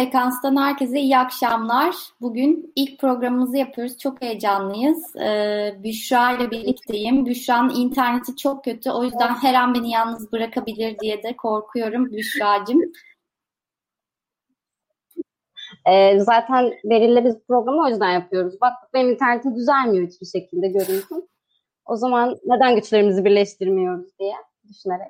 Sekans'tan herkese iyi akşamlar. Bugün ilk programımızı yapıyoruz. Çok heyecanlıyız. Büşra ile birlikteyim. Büşra'nın interneti çok kötü. O yüzden her an beni yalnız bırakabilir diye de korkuyorum Büşra'cığım. Zaten belirli bir programı o yüzden yapıyoruz. Bak benim internetim düzelmiyor hiçbir şekilde görüntüm. O zaman neden güçlerimizi birleştirmiyoruz diye düşünerek.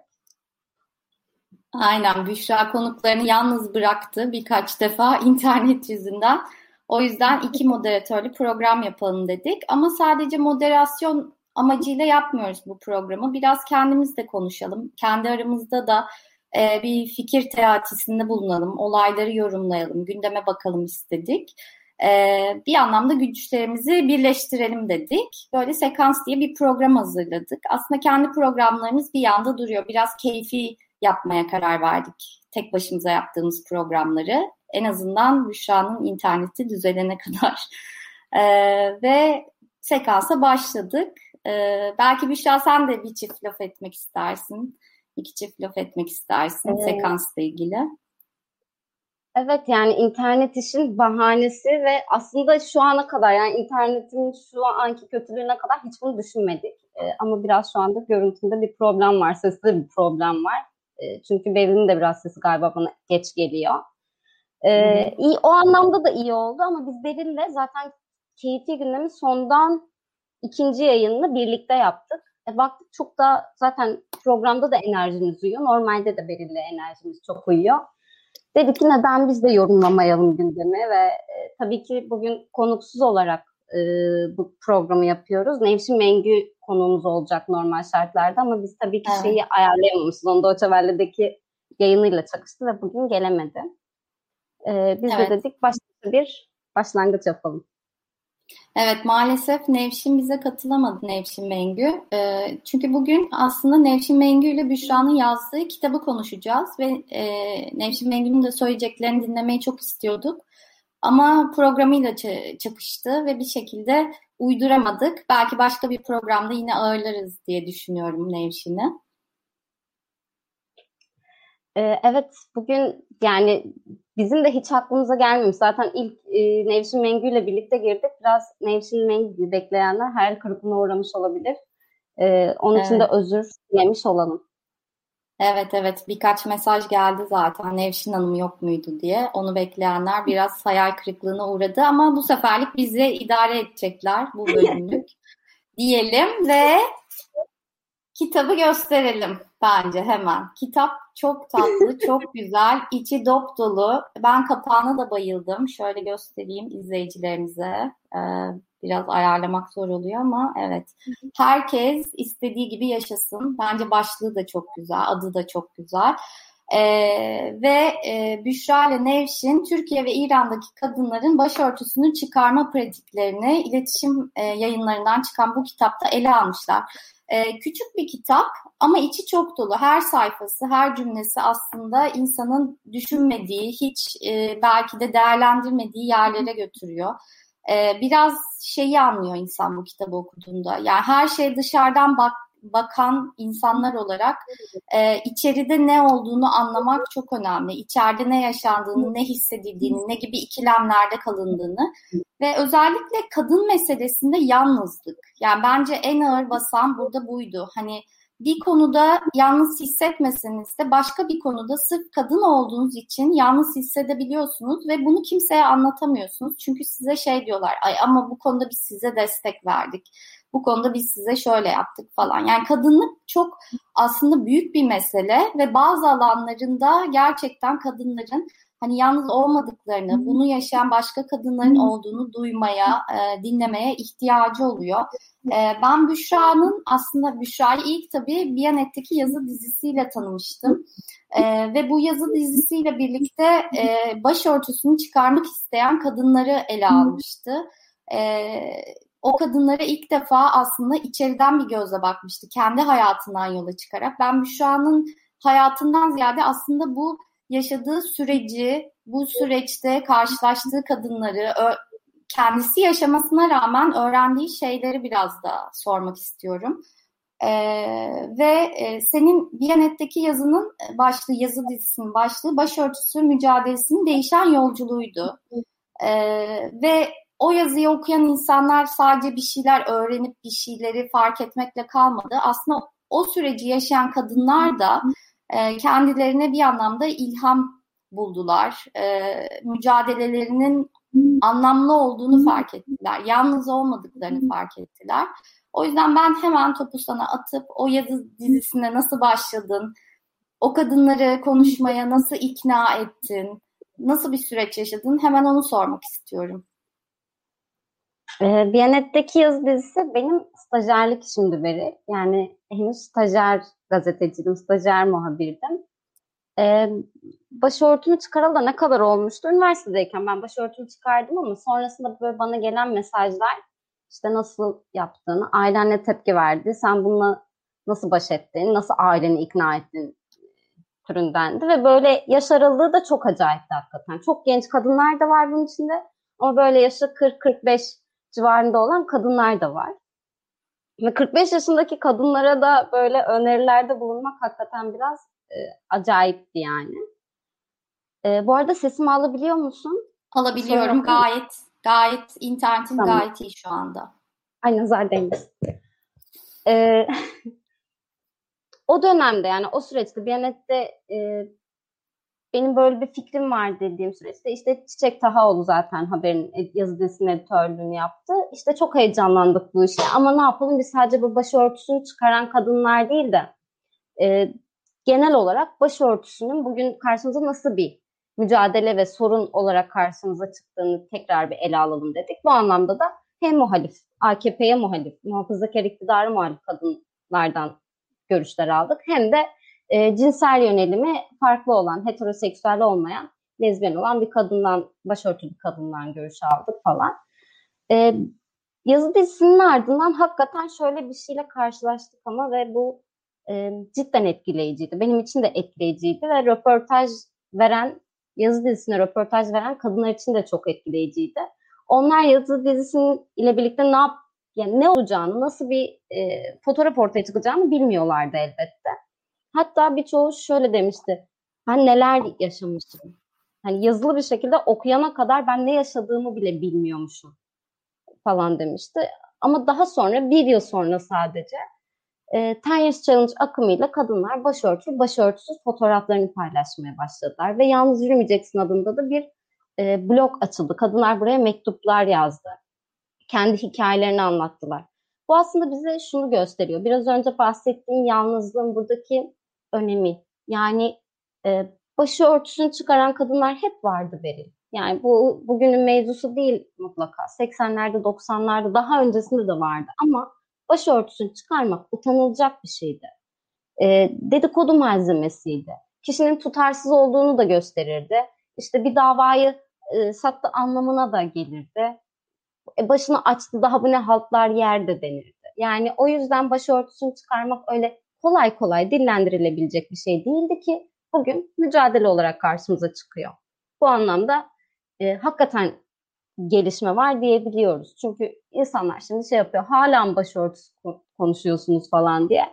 Aynen, Büşra konuklarını yalnız bıraktı birkaç defa internet yüzünden. O yüzden iki moderatörlü program yapalım dedik. Ama sadece moderasyon amacıyla yapmıyoruz bu programı. Biraz kendimiz de konuşalım. Kendi aramızda da bir fikir teatisinde bulunalım. Olayları yorumlayalım. Gündeme bakalım istedik. Bir anlamda güçlerimizi birleştirelim dedik. Böyle Sekans diye bir program hazırladık. Aslında kendi programlarımız bir yanda duruyor. Biraz keyfi yapmaya karar verdik. Tek başımıza yaptığımız programları. En azından Büşra'nın interneti düzelene kadar. Ve sekansa başladık. Belki Büşra sen de bir çift laf etmek istersin. İki çift laf etmek istersin sekansla ilgili. Evet, yani internet işin bahanesi ve aslında şu ana kadar, yani internetin şu anki kötülüğüne kadar hiç bunu düşünmedik. Ama biraz şu anda görüntümde bir problem var, sesli bir problem var. Çünkü Bevri'nin de biraz sesi galiba bana geç geliyor. İyi, o anlamda da iyi oldu ama biz Beril'le zaten Keyfi Gündem'in sondan ikinci yayınını birlikte yaptık. Baktık çok da zaten programda da enerjimiz uyuyor. Normalde de Beril'le enerjimiz çok uyuyor. Dedik ki neden biz de yorumlamayalım gündemi ve tabii ki bugün konuksuz olarak bu programı yapıyoruz. Nevşin Mengü konuğumuz olacak normal şartlarda ama biz tabii ki şeyi ayarlayamamışız. Onu Deutsche Welle'deki yayınıyla çakıştı ve bugün gelemedi. Biz de dedik başka bir başlangıç yapalım. Evet, maalesef Nevşin bize katılamadı, Nevşin Mengü. Çünkü bugün aslında Nevşin Mengü ile Büşra'nın yazdığı kitabı konuşacağız ve Nevşin Mengü'nün de söyleyeceklerini dinlemeyi çok istiyorduk. Ama programıyla çakıştı ve bir şekilde uyduramadık. Belki başka bir programda yine ağırlarız diye düşünüyorum Nevşin'i. Evet, bugün yani bizim de hiç aklımıza gelmemiş. Zaten ilk Nevşin Mengü ile birlikte girdik. Biraz Nevşin Mengü'yü bekleyenler hayal kırıklığına uğramış olabilir. Onun için de özür dilemiş olalım. Evet, birkaç mesaj geldi zaten Nevşin Hanım yok muydu diye. Onu bekleyenler biraz hayal kırıklığına uğradı ama bu seferlik bizi idare edecekler bu bölümlük diyelim ve kitabı gösterelim bence hemen. Kitap çok tatlı, çok güzel, içi dop dolu. Ben kapağına da bayıldım. Şöyle göstereyim izleyicilerimize. Biraz ayarlamak zor oluyor ama evet. Herkes istediği gibi yaşasın. Bence başlığı da çok güzel, adı da çok güzel. Büşra ile Nevşin, Türkiye ve İran'daki kadınların başörtüsünü çıkarma pratiklerini iletişim yayınlarından çıkan bu kitapta ele almışlar. Küçük bir kitap ama içi çok dolu. Her sayfası, her cümlesi aslında insanın düşünmediği, hiç belki de değerlendirmediği yerlere götürüyor. Biraz şeyi anlıyor insan bu kitabı okuduğunda. Yani her şey dışarıdan bakan insanlar olarak içeride ne olduğunu anlamak çok önemli. İçeride ne yaşandığını, ne hissedildiğini, ne gibi ikilemlerde kalındığını ve özellikle kadın meselesinde yalnızlık. Yani bence en ağır basan burada buydu. Hani bir konuda yalnız hissetmeseniz de başka bir konuda sırf kadın olduğunuz için yalnız hissedebiliyorsunuz ve bunu kimseye anlatamıyorsunuz. Çünkü size şey diyorlar, ay ama bu konuda biz size destek verdik. Bu konuda biz size şöyle yaptık falan. Yani kadınlık çok aslında büyük bir mesele ve bazı alanlarında gerçekten kadınların hani yalnız olmadıklarını, bunu yaşayan başka kadınların olduğunu duymaya, dinlemeye ihtiyacı oluyor. Ben Büşra'yı ilk tabii Biyanet'teki yazı dizisiyle tanımıştım. Ve bu yazı dizisiyle birlikte başörtüsünü çıkarmak isteyen kadınları ele almıştı. O kadınlara ilk defa aslında içeriden bir gözle bakmıştı. Kendi hayatından yola çıkarak. Ben Büşra'nın hayatından ziyade aslında bu yaşadığı süreci, bu süreçte karşılaştığı kadınları, kendisi yaşamasına rağmen öğrendiği şeyleri biraz da sormak istiyorum. Senin Biyanet'teki yazının başlığı, yazı dizisinin başlığı başörtüsü mücadelesinin değişen yolculuğuydu. Ve o yazıyı okuyan insanlar sadece bir şeyler öğrenip bir şeyleri fark etmekle kalmadı. Aslında o süreci yaşayan kadınlar da kendilerine bir anlamda ilham buldular. Mücadelelerinin anlamlı olduğunu fark ettiler. Yalnız olmadıklarını fark ettiler. O yüzden ben hemen topu sana atıp o yazı dizisine nasıl başladın, o kadınları konuşmaya nasıl ikna ettin, nasıl bir süreç yaşadın, hemen onu sormak istiyorum. Biyanet'teki yazı dizisi benim stajyerlik işimdi beri. Yani henüz stajyer gazeteciydim, stajyer muhabirdim. Başörtümü çıkaralı da ne kadar olmuştu? Üniversitedeyken ben başörtümü çıkardım ama sonrasında böyle bana gelen mesajlar işte nasıl yaptığını, ailen ne tepki verdi, sen bununla nasıl baş ettin, nasıl aileni ikna ettin türündendi ve böyle yaş aralığı da çok acayipti hakikaten. Çok genç kadınlar da var bunun içinde ama böyle yaşı 40-45 civarında olan kadınlar da var. Ve 45 yaşındaki kadınlara da böyle önerilerde bulunmak hakikaten biraz acayipti yani. Bu arada sesimi alabiliyor musun? Alabiliyorum, gayet internetin Tamam. gayet iyi şu anda. Ay nazar değmesin. O dönemde yani o süreçte Biyanet'te benim böyle bir fikrim var dediğim süreçte işte Çiçek Tahaoğlu zaten haberin yazı dizisinin editörlüğünü yaptı. İşte çok heyecanlandık bu işe ama ne yapalım biz sadece bu başörtüsünü çıkaran kadınlar değil de genel olarak başörtüsünün bugün karşımıza nasıl bir mücadele ve sorun olarak karşımıza çıktığını tekrar bir ele alalım dedik. Bu anlamda da hem muhalif, AKP'ye muhalif, muhafazakar iktidara muhalif kadınlardan görüşler aldık. Hem de cinsel yönelimi farklı olan, heteroseksüel olmayan, lezbiyen olan bir kadından, başörtülü kadından görüş aldık falan. Yazı dizisinin ardından hakikaten şöyle bir şeyle karşılaştık ama ve bu cidden etkileyiciydi. Benim için de etkileyiciydi ve yazı dizisine röportaj veren kadınlar için de çok etkileyiciydi. Onlar yazı dizisinin ile birlikte ne olacağını, nasıl bir fotoğraf ortaya çıkacağını bilmiyorlardı elbette. Hatta birçoğu şöyle demişti. Ben neler yaşamışım. Hani yazılı bir şekilde okuyana kadar ben ne yaşadığımı bile bilmiyormuşum falan demişti. Ama daha sonra, bir yıl sonra sadece 10 Years Challenge akımıyla kadınlar başörtüsüz fotoğraflarını paylaşmaya başladılar. Ve Yalnız Yürümeyeceksin adında da bir blog açıldı. Kadınlar buraya mektuplar yazdı. Kendi hikayelerini anlattılar. Bu aslında bize şunu gösteriyor. Biraz önce bahsettiğim yalnızlığın buradaki önemi. Yani başörtüsünü çıkaran kadınlar hep vardı Beril. Yani bu bugünün mevzusu değil mutlaka. 80'lerde, 90'larda daha öncesinde de vardı. Ama başörtüsünü çıkarmak utanılacak bir şeydi. Dedikodu malzemesiydi. Kişinin tutarsız olduğunu da gösterirdi. İşte bir davayı sattı anlamına da gelirdi. Başını açtı daha bu ne haltlar yerde denirdi. Yani o yüzden başörtüsünü çıkarmak öyle kolay kolay dillendirilebilecek bir şey değildi ki bugün mücadele olarak karşımıza çıkıyor. Bu anlamda hakikaten gelişme var diyebiliyoruz. Çünkü insanlar şimdi şey yapıyor, hala mı başörtüsü konuşuyorsunuz falan diye.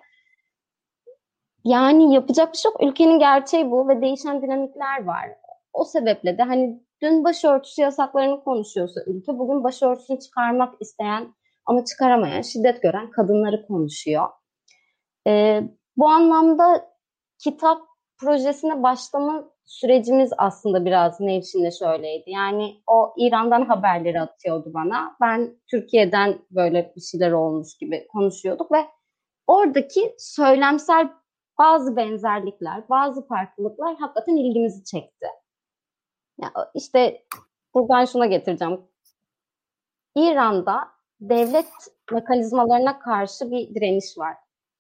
Yani yapacak bir şey yok. Ülkenin gerçeği bu ve değişen dinamikler var. O sebeple de hani dün başörtüsü yasaklarını konuşuyorsa ülke, bugün başörtüsünü çıkarmak isteyen ama çıkaramayan, şiddet gören kadınları konuşuyor. Bu anlamda kitap projesine başlama sürecimiz aslında biraz Nevşin'le şöyleydi. Yani o İran'dan haberleri atıyordu bana. Ben Türkiye'den böyle bir şeyler olmuş gibi konuşuyorduk ve oradaki söylemsel bazı benzerlikler, bazı farklılıklar hakikaten ilgimizi çekti. Ya işte buradan şuna getireceğim. İran'da devlet mekanizmalarına karşı bir direniş var.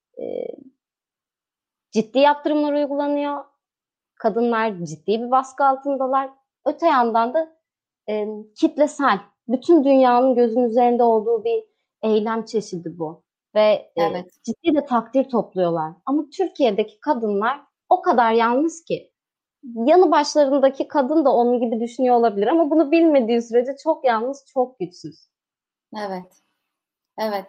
Ciddi yaptırımlar uygulanıyor. Kadınlar ciddi bir baskı altındalar. Öte yandan da kitlesel, bütün dünyanın gözünün üzerinde olduğu bir eylem çeşidi bu. Ve Evet. ciddi de takdir topluyorlar. Ama Türkiye'deki kadınlar o kadar yalnız ki yanı başlarındaki kadın da onun gibi düşünüyor olabilir ama bunu bilmediği sürece çok yalnız, çok güçsüz. Evet. Evet.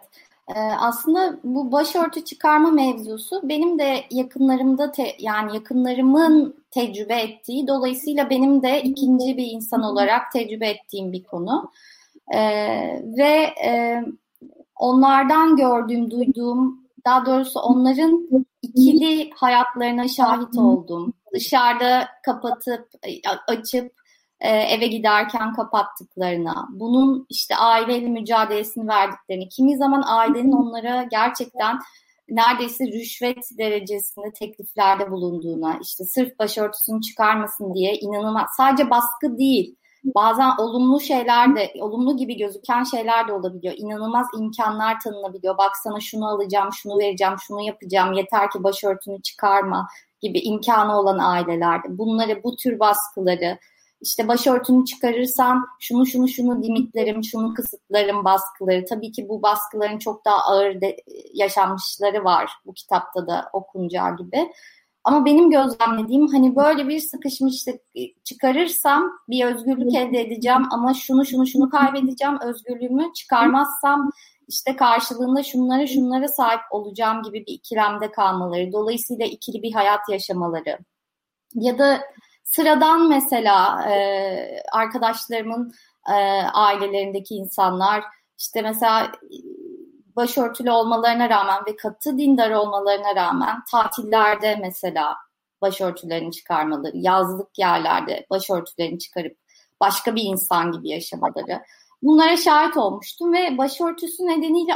Aslında bu başörtü çıkarma mevzusu benim de yakınlarımda yani yakınlarımın tecrübe ettiği, dolayısıyla benim de ikinci bir insan olarak tecrübe ettiğim bir konu. Ve onlardan gördüğüm, duyduğum, daha doğrusu onların ikili hayatlarına şahit oldum. Dışarıda kapatıp, açıp eve giderken kapattıklarına, bunun işte aileyle mücadelesini verdiklerini, kimi zaman ailenin onlara gerçekten neredeyse rüşvet derecesinde tekliflerde bulunduğuna, işte sırf başörtüsünü çıkarmasın diye inanılmaz, sadece baskı değil, bazen olumlu şeyler de, olumlu gibi gözüken şeyler de olabiliyor. İnanılmaz imkanlar tanınabiliyor. Bak sana şunu alacağım, şunu vereceğim, şunu yapacağım, yeter ki başörtünü çıkarma gibi imkanı olan ailelerde. Bunları, bu tür baskıları, işte başörtünü çıkarırsan şunu limitlerim, şunu kısıtlarım baskıları. Tabii ki bu baskıların çok daha ağır yaşanmışları var bu kitapta da okunacağı gibi. Ama benim gözlemlediğim hani böyle bir sıkışmışlık, çıkarırsam bir özgürlük elde edeceğim ama şunu kaybedeceğim, özgürlüğümü çıkarmazsam işte karşılığında şunlara sahip olacağım gibi bir ikilemde kalmaları. Dolayısıyla ikili bir hayat yaşamaları. Ya da sıradan mesela arkadaşlarımın ailelerindeki insanlar işte mesela başörtülü olmalarına rağmen ve katı dindar olmalarına rağmen tatillerde mesela başörtülerini çıkarmaları, yazlık yerlerde başörtülerini çıkarıp başka bir insan gibi yaşamaları. Bunlara şahit olmuştum ve başörtüsü nedeniyle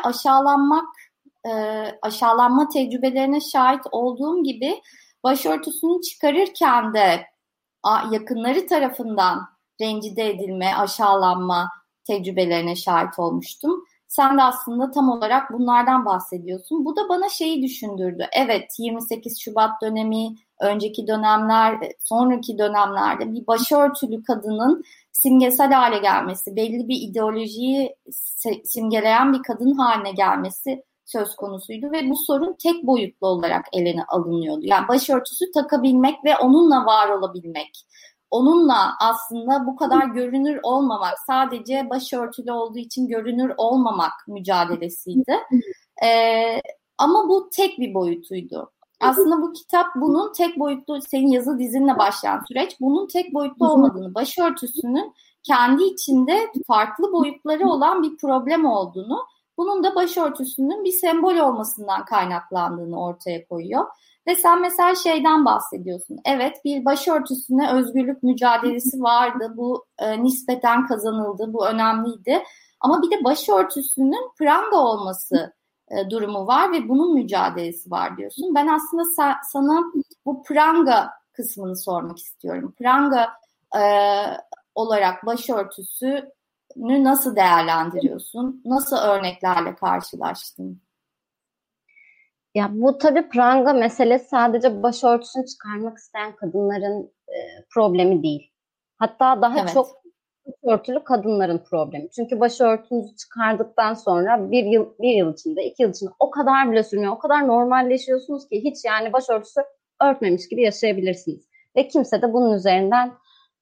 aşağılanma tecrübelerine şahit olduğum gibi başörtüsünü çıkarırken de yakınları tarafından rencide edilme, aşağılanma tecrübelerine şahit olmuştum. Sen de aslında tam olarak bunlardan bahsediyorsun. Bu da bana şeyi düşündürdü. Evet, 28 Şubat dönemi, önceki dönemler, sonraki dönemlerde bir başörtülü kadının simgesel hale gelmesi, belli bir ideolojiyi simgeleyen bir kadın haline gelmesi söz konusuydu ve bu sorun tek boyutlu olarak eline alınıyordu. Yani başörtüsü takabilmek ve onunla var olabilmek. Onunla aslında bu kadar görünür olmamak, sadece başörtülü olduğu için görünür olmamak mücadelesiydi. Ama bu tek bir boyutuydu. Aslında bu kitap bunun tek boyutlu, senin yazı dizinle başlayan süreç, bunun tek boyutlu olmadığını, başörtüsünün kendi içinde farklı boyutları olan bir problem olduğunu, bunun da başörtüsünün bir sembol olmasından kaynaklandığını ortaya koyuyor. Ve sen mesela şeyden bahsediyorsun. Evet, bir başörtüsüne özgürlük mücadelesi vardı. Bu nispeten kazanıldı. Bu önemliydi. Ama bir de başörtüsünün pranga olması durumu var ve bunun mücadelesi var diyorsun. Ben aslında sana bu pranga kısmını sormak istiyorum. Pranga olarak başörtüsünü nasıl değerlendiriyorsun? Nasıl örneklerle karşılaştın? Ya bu tabii pranga meselesi sadece başörtüsünü çıkarmak isteyen kadınların problemi değil. Hatta daha çok başörtülü kadınların problemi. Çünkü başörtünüzü çıkardıktan sonra bir yıl içinde, 2 yıl içinde o kadar bile sürmüyor, o kadar normalleşiyorsunuz ki hiç yani başörtüsü örtmemiş gibi yaşayabilirsiniz. Ve kimse de bunun üzerinden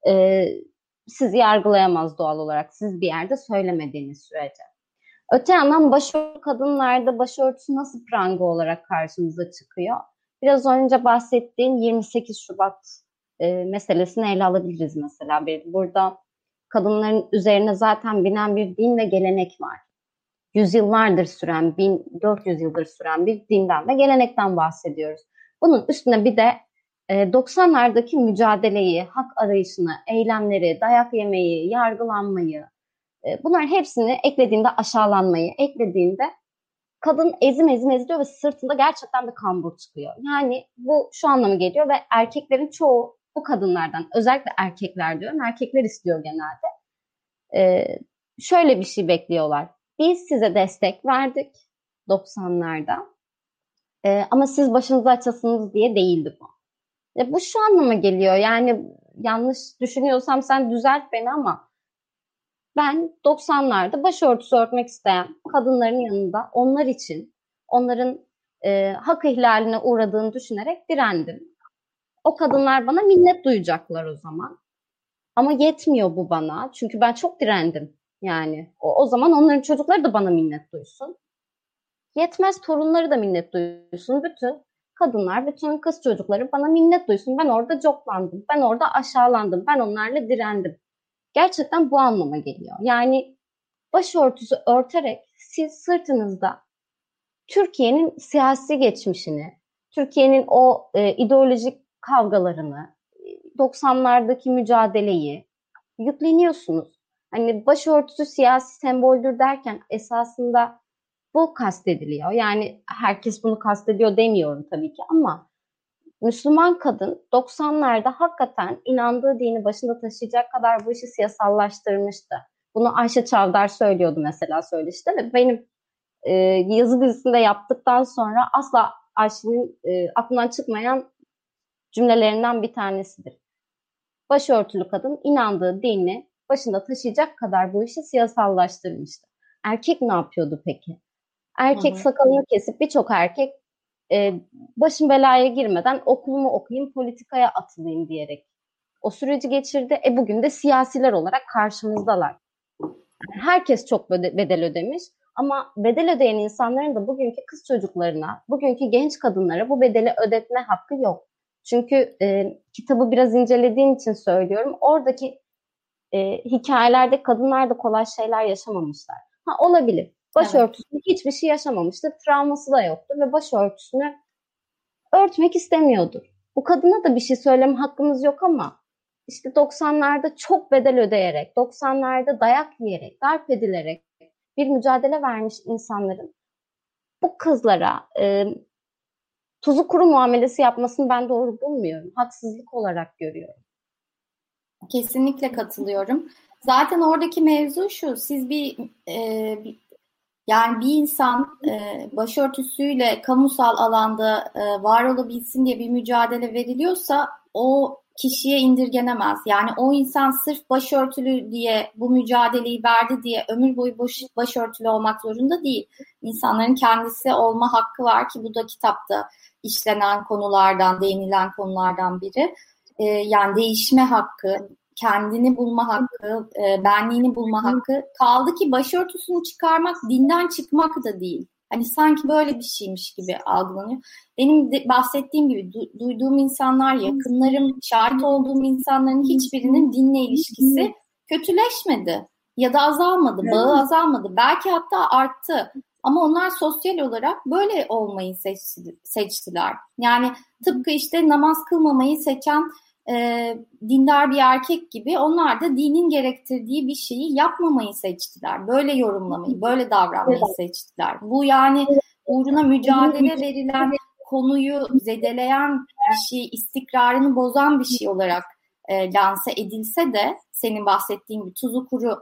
sizi yargılayamaz doğal olarak, siz bir yerde söylemediğiniz sürece. Öte yandan başörtülü kadınlarda başörtüsü nasıl pranga olarak karşımıza çıkıyor? Biraz önce bahsettiğim 28 Şubat meselesini ele alabiliriz mesela. Burada kadınların üzerine zaten binen bir din ve gelenek var. Yüzyıllardır süren, 1400 yıldır süren bir dinden ve gelenekten bahsediyoruz. Bunun üstüne bir de 90'lardaki mücadeleyi, hak arayışını, eylemleri, dayak yemeyi, yargılanmayı, bunların hepsini eklediğinde, aşağılanmayı eklediğinde kadın eziliyor ve sırtında gerçekten bir kambur çıkıyor. Yani bu şu anlama geliyor ve erkeklerin çoğu bu kadınlardan, özellikle erkekler diyorum, erkekler istiyor genelde. Şöyle bir şey bekliyorlar. Biz size destek verdik 90'larda ama siz başınızı açasınız diye değildi bu. Bu şu anlama geliyor, yani yanlış düşünüyorsam sen düzelt beni ama ben 90'larda başörtüsü örtmek isteyen kadınların yanında onlar için, onların hak ihlaline uğradığını düşünerek direndim. O kadınlar bana minnet duyacaklar o zaman. Ama yetmiyor bu bana. Çünkü ben çok direndim. Yani o zaman onların çocukları da bana minnet duysun. Yetmez, torunları da minnet duysun. Bütün kadınlar, bütün kız çocukları bana minnet duysun. Ben orada coplandım, ben orada aşağılandım, ben onlarla direndim. Gerçekten bu anlama geliyor. Yani başörtüsü örterek siz sırtınızda Türkiye'nin siyasi geçmişini, Türkiye'nin o ideolojik kavgalarını, 90'lardaki mücadeleyi yükleniyorsunuz. Hani başörtüsü siyasi semboldür derken esasında bu kastediliyor. Yani herkes bunu kastediyor demiyorum tabii ki, ama Müslüman kadın 90'larda hakikaten inandığı dini başında taşıyacak kadar bu işi siyasallaştırmıştı. Bunu Ayşe Çavdar söylüyordu mesela söyleşte ve benim yazı dizisinde yaptıktan sonra asla Ayşe'nin aklından çıkmayan cümlelerinden bir tanesidir. Başörtülü kadın inandığı dini başında taşıyacak kadar bu işi siyasallaştırmıştı. Erkek ne yapıyordu peki? Erkek sakalını kesip, birçok erkek başım belaya girmeden okulumu okuyayım, politikaya atılayım diyerek o süreci geçirdi. Bugün de siyasiler olarak karşımızdalar. Herkes çok bedel ödemiş, ama bedel ödeyen insanların da bugünkü kız çocuklarına, bugünkü genç kadınlara bu bedeli ödetme hakkı yok. Çünkü kitabı biraz incelediğim için söylüyorum. Oradaki hikayelerde kadınlar da kolay şeyler yaşamamışlar. Olabilir. Başörtüsünü hiçbir şey yaşamamıştır. Travması da yoktur ve başörtüsünü örtmek istemiyordur. Bu kadına da bir şey söyleme hakkımız yok, ama işte 90'larda çok bedel ödeyerek, 90'larda dayak yiyerek, darp edilerek bir mücadele vermiş insanların bu kızlara tuzu kuru muamelesi yapmasını ben doğru bulmuyorum. Haksızlık olarak görüyorum. Kesinlikle katılıyorum. Zaten oradaki mevzu şu, siz yani bir insan başörtüsüyle kamusal alanda var olabilsin diye bir mücadele veriliyorsa o kişiye indirgenemez. Yani o insan sırf başörtülü diye bu mücadeleyi verdi diye ömür boyu başörtülü olmak zorunda değil. İnsanların kendisi olma hakkı var ki bu da kitapta işlenen konulardan, değinilen konulardan biri. Yani değişme hakkı, kendini bulma hakkı, benliğini bulma hakkı. Kaldı ki başörtüsünü çıkarmak dinden çıkmak da değil. Hani sanki böyle bir şeymiş gibi algılanıyor. Benim de bahsettiğim gibi duyduğum insanlar, yakınlarım, şahit olduğum insanların hiçbirinin dinle ilişkisi kötüleşmedi ya da azalmadı, bağı azalmadı. Belki hatta arttı. Ama onlar sosyal olarak böyle olmayı seçtiler. Yani tıpkı işte namaz kılmamayı seçen dindar bir erkek gibi onlar da dinin gerektirdiği bir şeyi yapmamayı seçtiler. Böyle yorumlamayı, böyle davranmayı seçtiler. Bu yani uğruna mücadele verilen, konuyu zedeleyen bir şey, istikrarını bozan bir şey olarak lanse edilse de senin bahsettiğin gibi tuzu kuru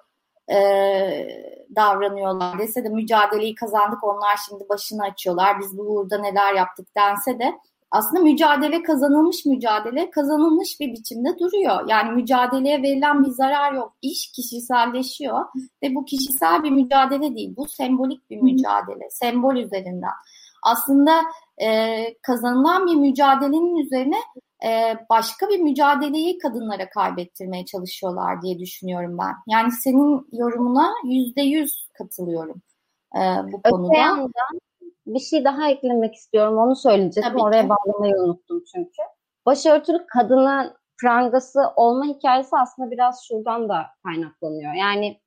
davranıyorlar dese de, mücadeleyi kazandık onlar şimdi başını açıyorlar, biz bu uğurda neler yaptık dense de aslında mücadele kazanılmış bir biçimde duruyor. Yani mücadeleye verilen bir zarar yok. İş kişiselleşiyor ve bu kişisel bir mücadele değil. Bu sembolik bir mücadele. Sembol üzerinden. Aslında kazanılan bir mücadelenin üzerine başka bir mücadeleyi kadınlara kaybettirmeye çalışıyorlar diye düşünüyorum ben. Yani senin yorumuna %100 katılıyorum bu konuda. Öte yandan bir şey daha eklemek istiyorum. Onu söyleyecektim. Tabii oraya ki bağlamayı unuttum çünkü. Başörtülü kadının prangası olma hikayesi aslında biraz şuradan da kaynaklanıyor. Yani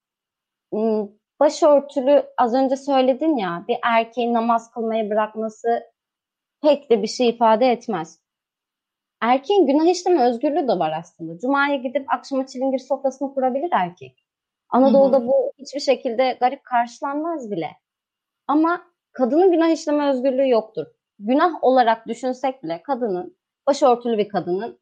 başörtülü, az önce söyledin ya, bir erkeğin namaz kılmayı bırakması pek de bir şey ifade etmez. Erkeğin günah işleme özgürlüğü de var aslında. Cuma'ya gidip akşama çilingir sofrasını kurabilir erkek. Anadolu'da bu hiçbir şekilde garip karşılanmaz bile. Ama kadının günah işleme özgürlüğü yoktur. Günah olarak düşünsek bile kadının, başörtülü bir kadının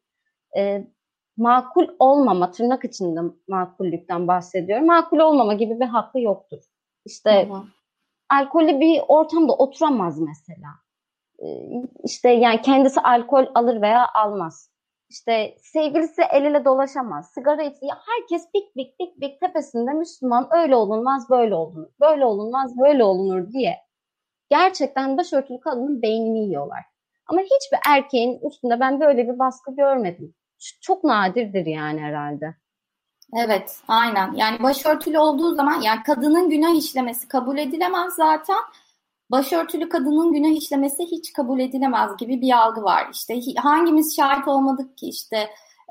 makul olmama, tırnak içinde makullükten bahsediyorum, makul olmama gibi bir hakkı yoktur. İşte alkollü bir ortamda oturamaz mesela. İşte yani kendisi alkol alır veya almaz. İşte sevgilisi el ele dolaşamaz. Sigara içtiği herkes bik tepesinde Müslüman, öyle olunmaz böyle olunur. Böyle olunmaz böyle olunur diye. Gerçekten başörtülü kadının beynini yiyorlar. Ama hiçbir erkeğin üstünde ben böyle bir baskı görmedim. Çok nadirdir yani herhalde. Evet, aynen. Yani başörtülü olduğu zaman yani kadının günah işlemesi kabul edilemez zaten. başörtülü kadının günah işlemesi hiç kabul edilemez gibi bir algı var. İşte hangimiz şahit olmadık ki, işte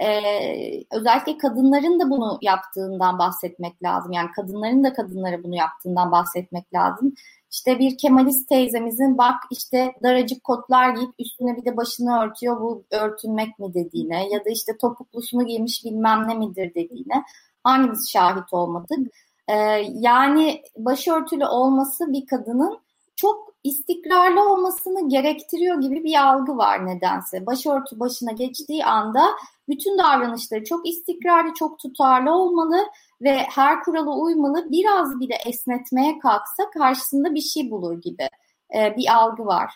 özellikle kadınların da bunu yaptığından bahsetmek lazım. Yani kadınların da kadınlara bunu yaptığından bahsetmek lazım. İşte bir Kemalist teyzemizin bak işte daracık kotlar giyip üstüne bir de başını örtüyor, bu örtünmek mi dediğine, ya da işte topuklusunu giymiş bilmem ne midir dediğine hangimiz şahit olmadık? Yani başörtülü olması bir kadının çok istikrarlı olmasını gerektiriyor gibi bir algı var nedense. Başörtü başına geçtiği anda bütün davranışları çok istikrarlı, çok tutarlı olmalı ve her kurala uymalı. Biraz bile esnetmeye kalksa karşısında bir şey bulur gibi bir algı var.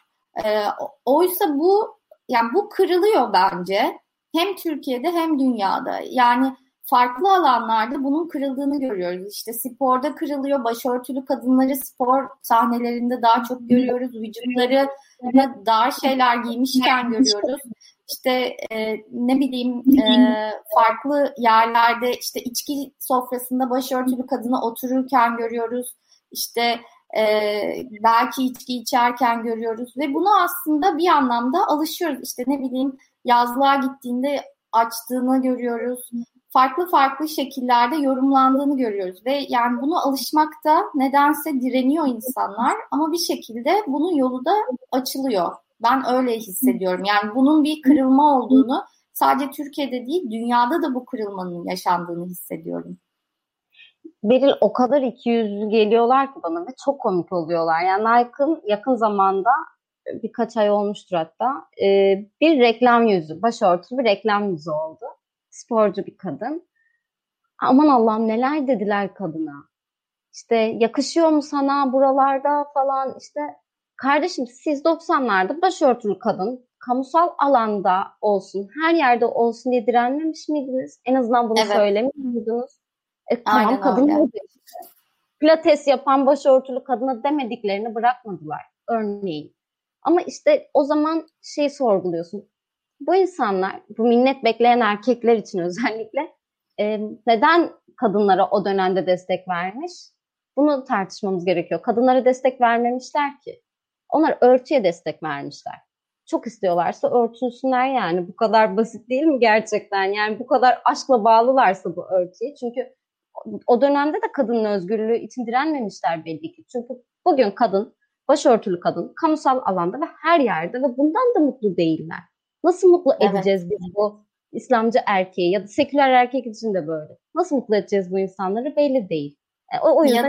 Oysa bu kırılıyor bence. Hem Türkiye'de hem dünyada. Yani farklı alanlarda bunun kırıldığını görüyoruz. İşte sporda kırılıyor. Başörtülü kadınları spor sahnelerinde daha çok görüyoruz. Vücutlarına dar şeyler giymişken görüyoruz. İşte ne bileyim farklı yerlerde işte içki sofrasında başörtülü kadını otururken görüyoruz. İşte belki içki içerken görüyoruz ve bunu aslında bir anlamda alışıyoruz. İşte ne bileyim yazlığa gittiğinde açtığını görüyoruz. Farklı farklı şekillerde yorumlandığını görüyoruz ve yani buna alışmakta nedense direniyor insanlar ama bir şekilde bunun yolu da açılıyor. Ben öyle hissediyorum. Yani bunun bir kırılma olduğunu, sadece Türkiye'de değil dünyada da bu kırılmanın yaşandığını hissediyorum. Beril, o kadar ikiyüzlü geliyorlar ki bana ve çok komik oluyorlar. Yani Nike'ın yakın zamanda, birkaç ay olmuştur hatta, bir reklam yüzü, başörtülü bir reklam yüzü oldu. Sporcu bir kadın. Aman Allah'ım, neler dediler kadına. İşte yakışıyor mu sana buralarda falan, işte kardeşim siz 90'larda başörtülü kadın kamusal alanda olsun, her yerde olsun diye direnmemiş miydiniz? En azından bunu söylemiyor muydunuz? Tamam, kadın pilates yapan başörtülü kadına demediklerini bırakmadılar örneğin. Ama işte o zaman sorguluyorsun. Bu insanlar, bu minnet bekleyen erkekler için özellikle neden kadınlara o dönemde destek vermiş? Bunu tartışmamız gerekiyor. Kadınlara destek vermemişler ki. Onlar örtüye destek vermişler. Çok istiyorlarsa örtünsünler yani. Bu kadar basit değil mi gerçekten? Yani bu kadar aşkla bağlılarsa bu örtüye. Çünkü o dönemde de kadının özgürlüğü için direnmemişler belli ki. Çünkü bugün kadın, başörtülü kadın kamusal alanda ve her yerde ve bundan da mutlu değiller. Nasıl mutlu edeceğiz biz bu İslamcı erkeği ya da seküler erkek için de böyle? Nasıl mutlu edeceğiz bu insanları belli değil. O yüzden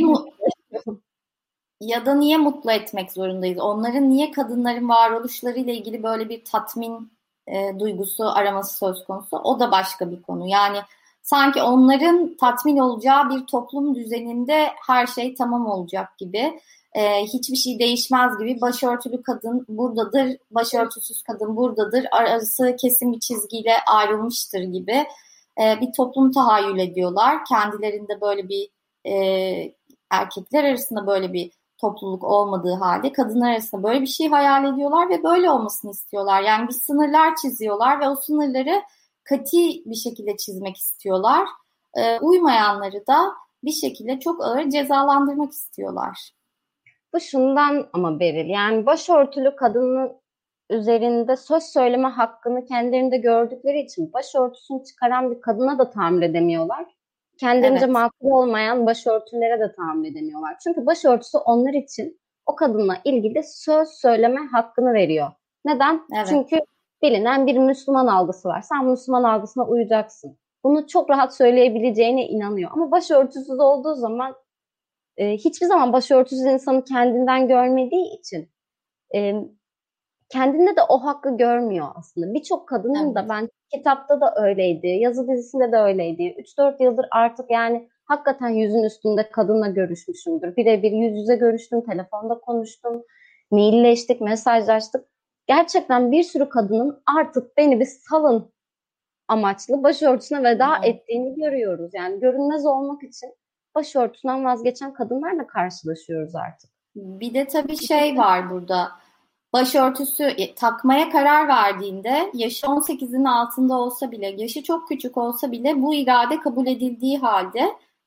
ya da niye mutlu etmek zorundayız? Onların niye kadınların varoluşlarıyla ilgili böyle bir tatmin duygusu araması söz konusu? O da başka bir konu. Yani sanki onların tatmin olacağı bir toplum düzeninde her şey tamam olacak gibi, hiçbir şey değişmez gibi, başörtülü kadın buradadır, başörtüsüz kadın buradadır, arası kesin bir çizgiyle ayrılmıştır gibi bir toplum tahayyül ediyorlar. Kendilerinde böyle bir erkekler arasında böyle bir topluluk olmadığı halde kadınlar arasında böyle bir şey hayal ediyorlar ve böyle olmasını istiyorlar. Yani bir sınırlar çiziyorlar ve o sınırları kati bir şekilde çizmek istiyorlar. Uymayanları da bir şekilde çok ağır cezalandırmak istiyorlar. Bu şundan ama Beril, yani başörtülü kadının üzerinde söz söyleme hakkını kendilerinde gördükleri için başörtüsünü çıkaran bir kadına da tahammül edemiyorlar. Kendilerince makul olmayan başörtülere de tahammül edemiyorlar. Çünkü başörtüsü onlar için o kadınla ilgili söz söyleme hakkını veriyor. Neden? Çünkü bilinen bir Müslüman algısı var. Sen Müslüman algısına uyacaksın. Bunu çok rahat söyleyebileceğine inanıyor. Ama başörtüsüz olduğu zaman hiçbir zaman başörtüsüz insanı kendinden görmediği için kendinde de o hakkı görmüyor aslında. Birçok kadının da, ben kitapta da öyleydi, yazı dizisinde de öyleydi. 3-4 yıldır artık yani hakikaten yüzün üstünde kadınla görüşmüşümdür. Birebir yüz yüze görüştüm, telefonda konuştum, mailleştik, mesajlaştık. Gerçekten bir sürü kadının artık beni bir salın amaçlı başörtüsüne veda ettiğini görüyoruz. Yani görünmez olmak için başörtüsünden vazgeçen kadınlarla karşılaşıyoruz artık. Bir de tabii var burada. Başörtüsü takmaya karar verdiğinde yaşı 18'in altında olsa bile, yaşı çok küçük olsa bile bu irade kabul edildiği halde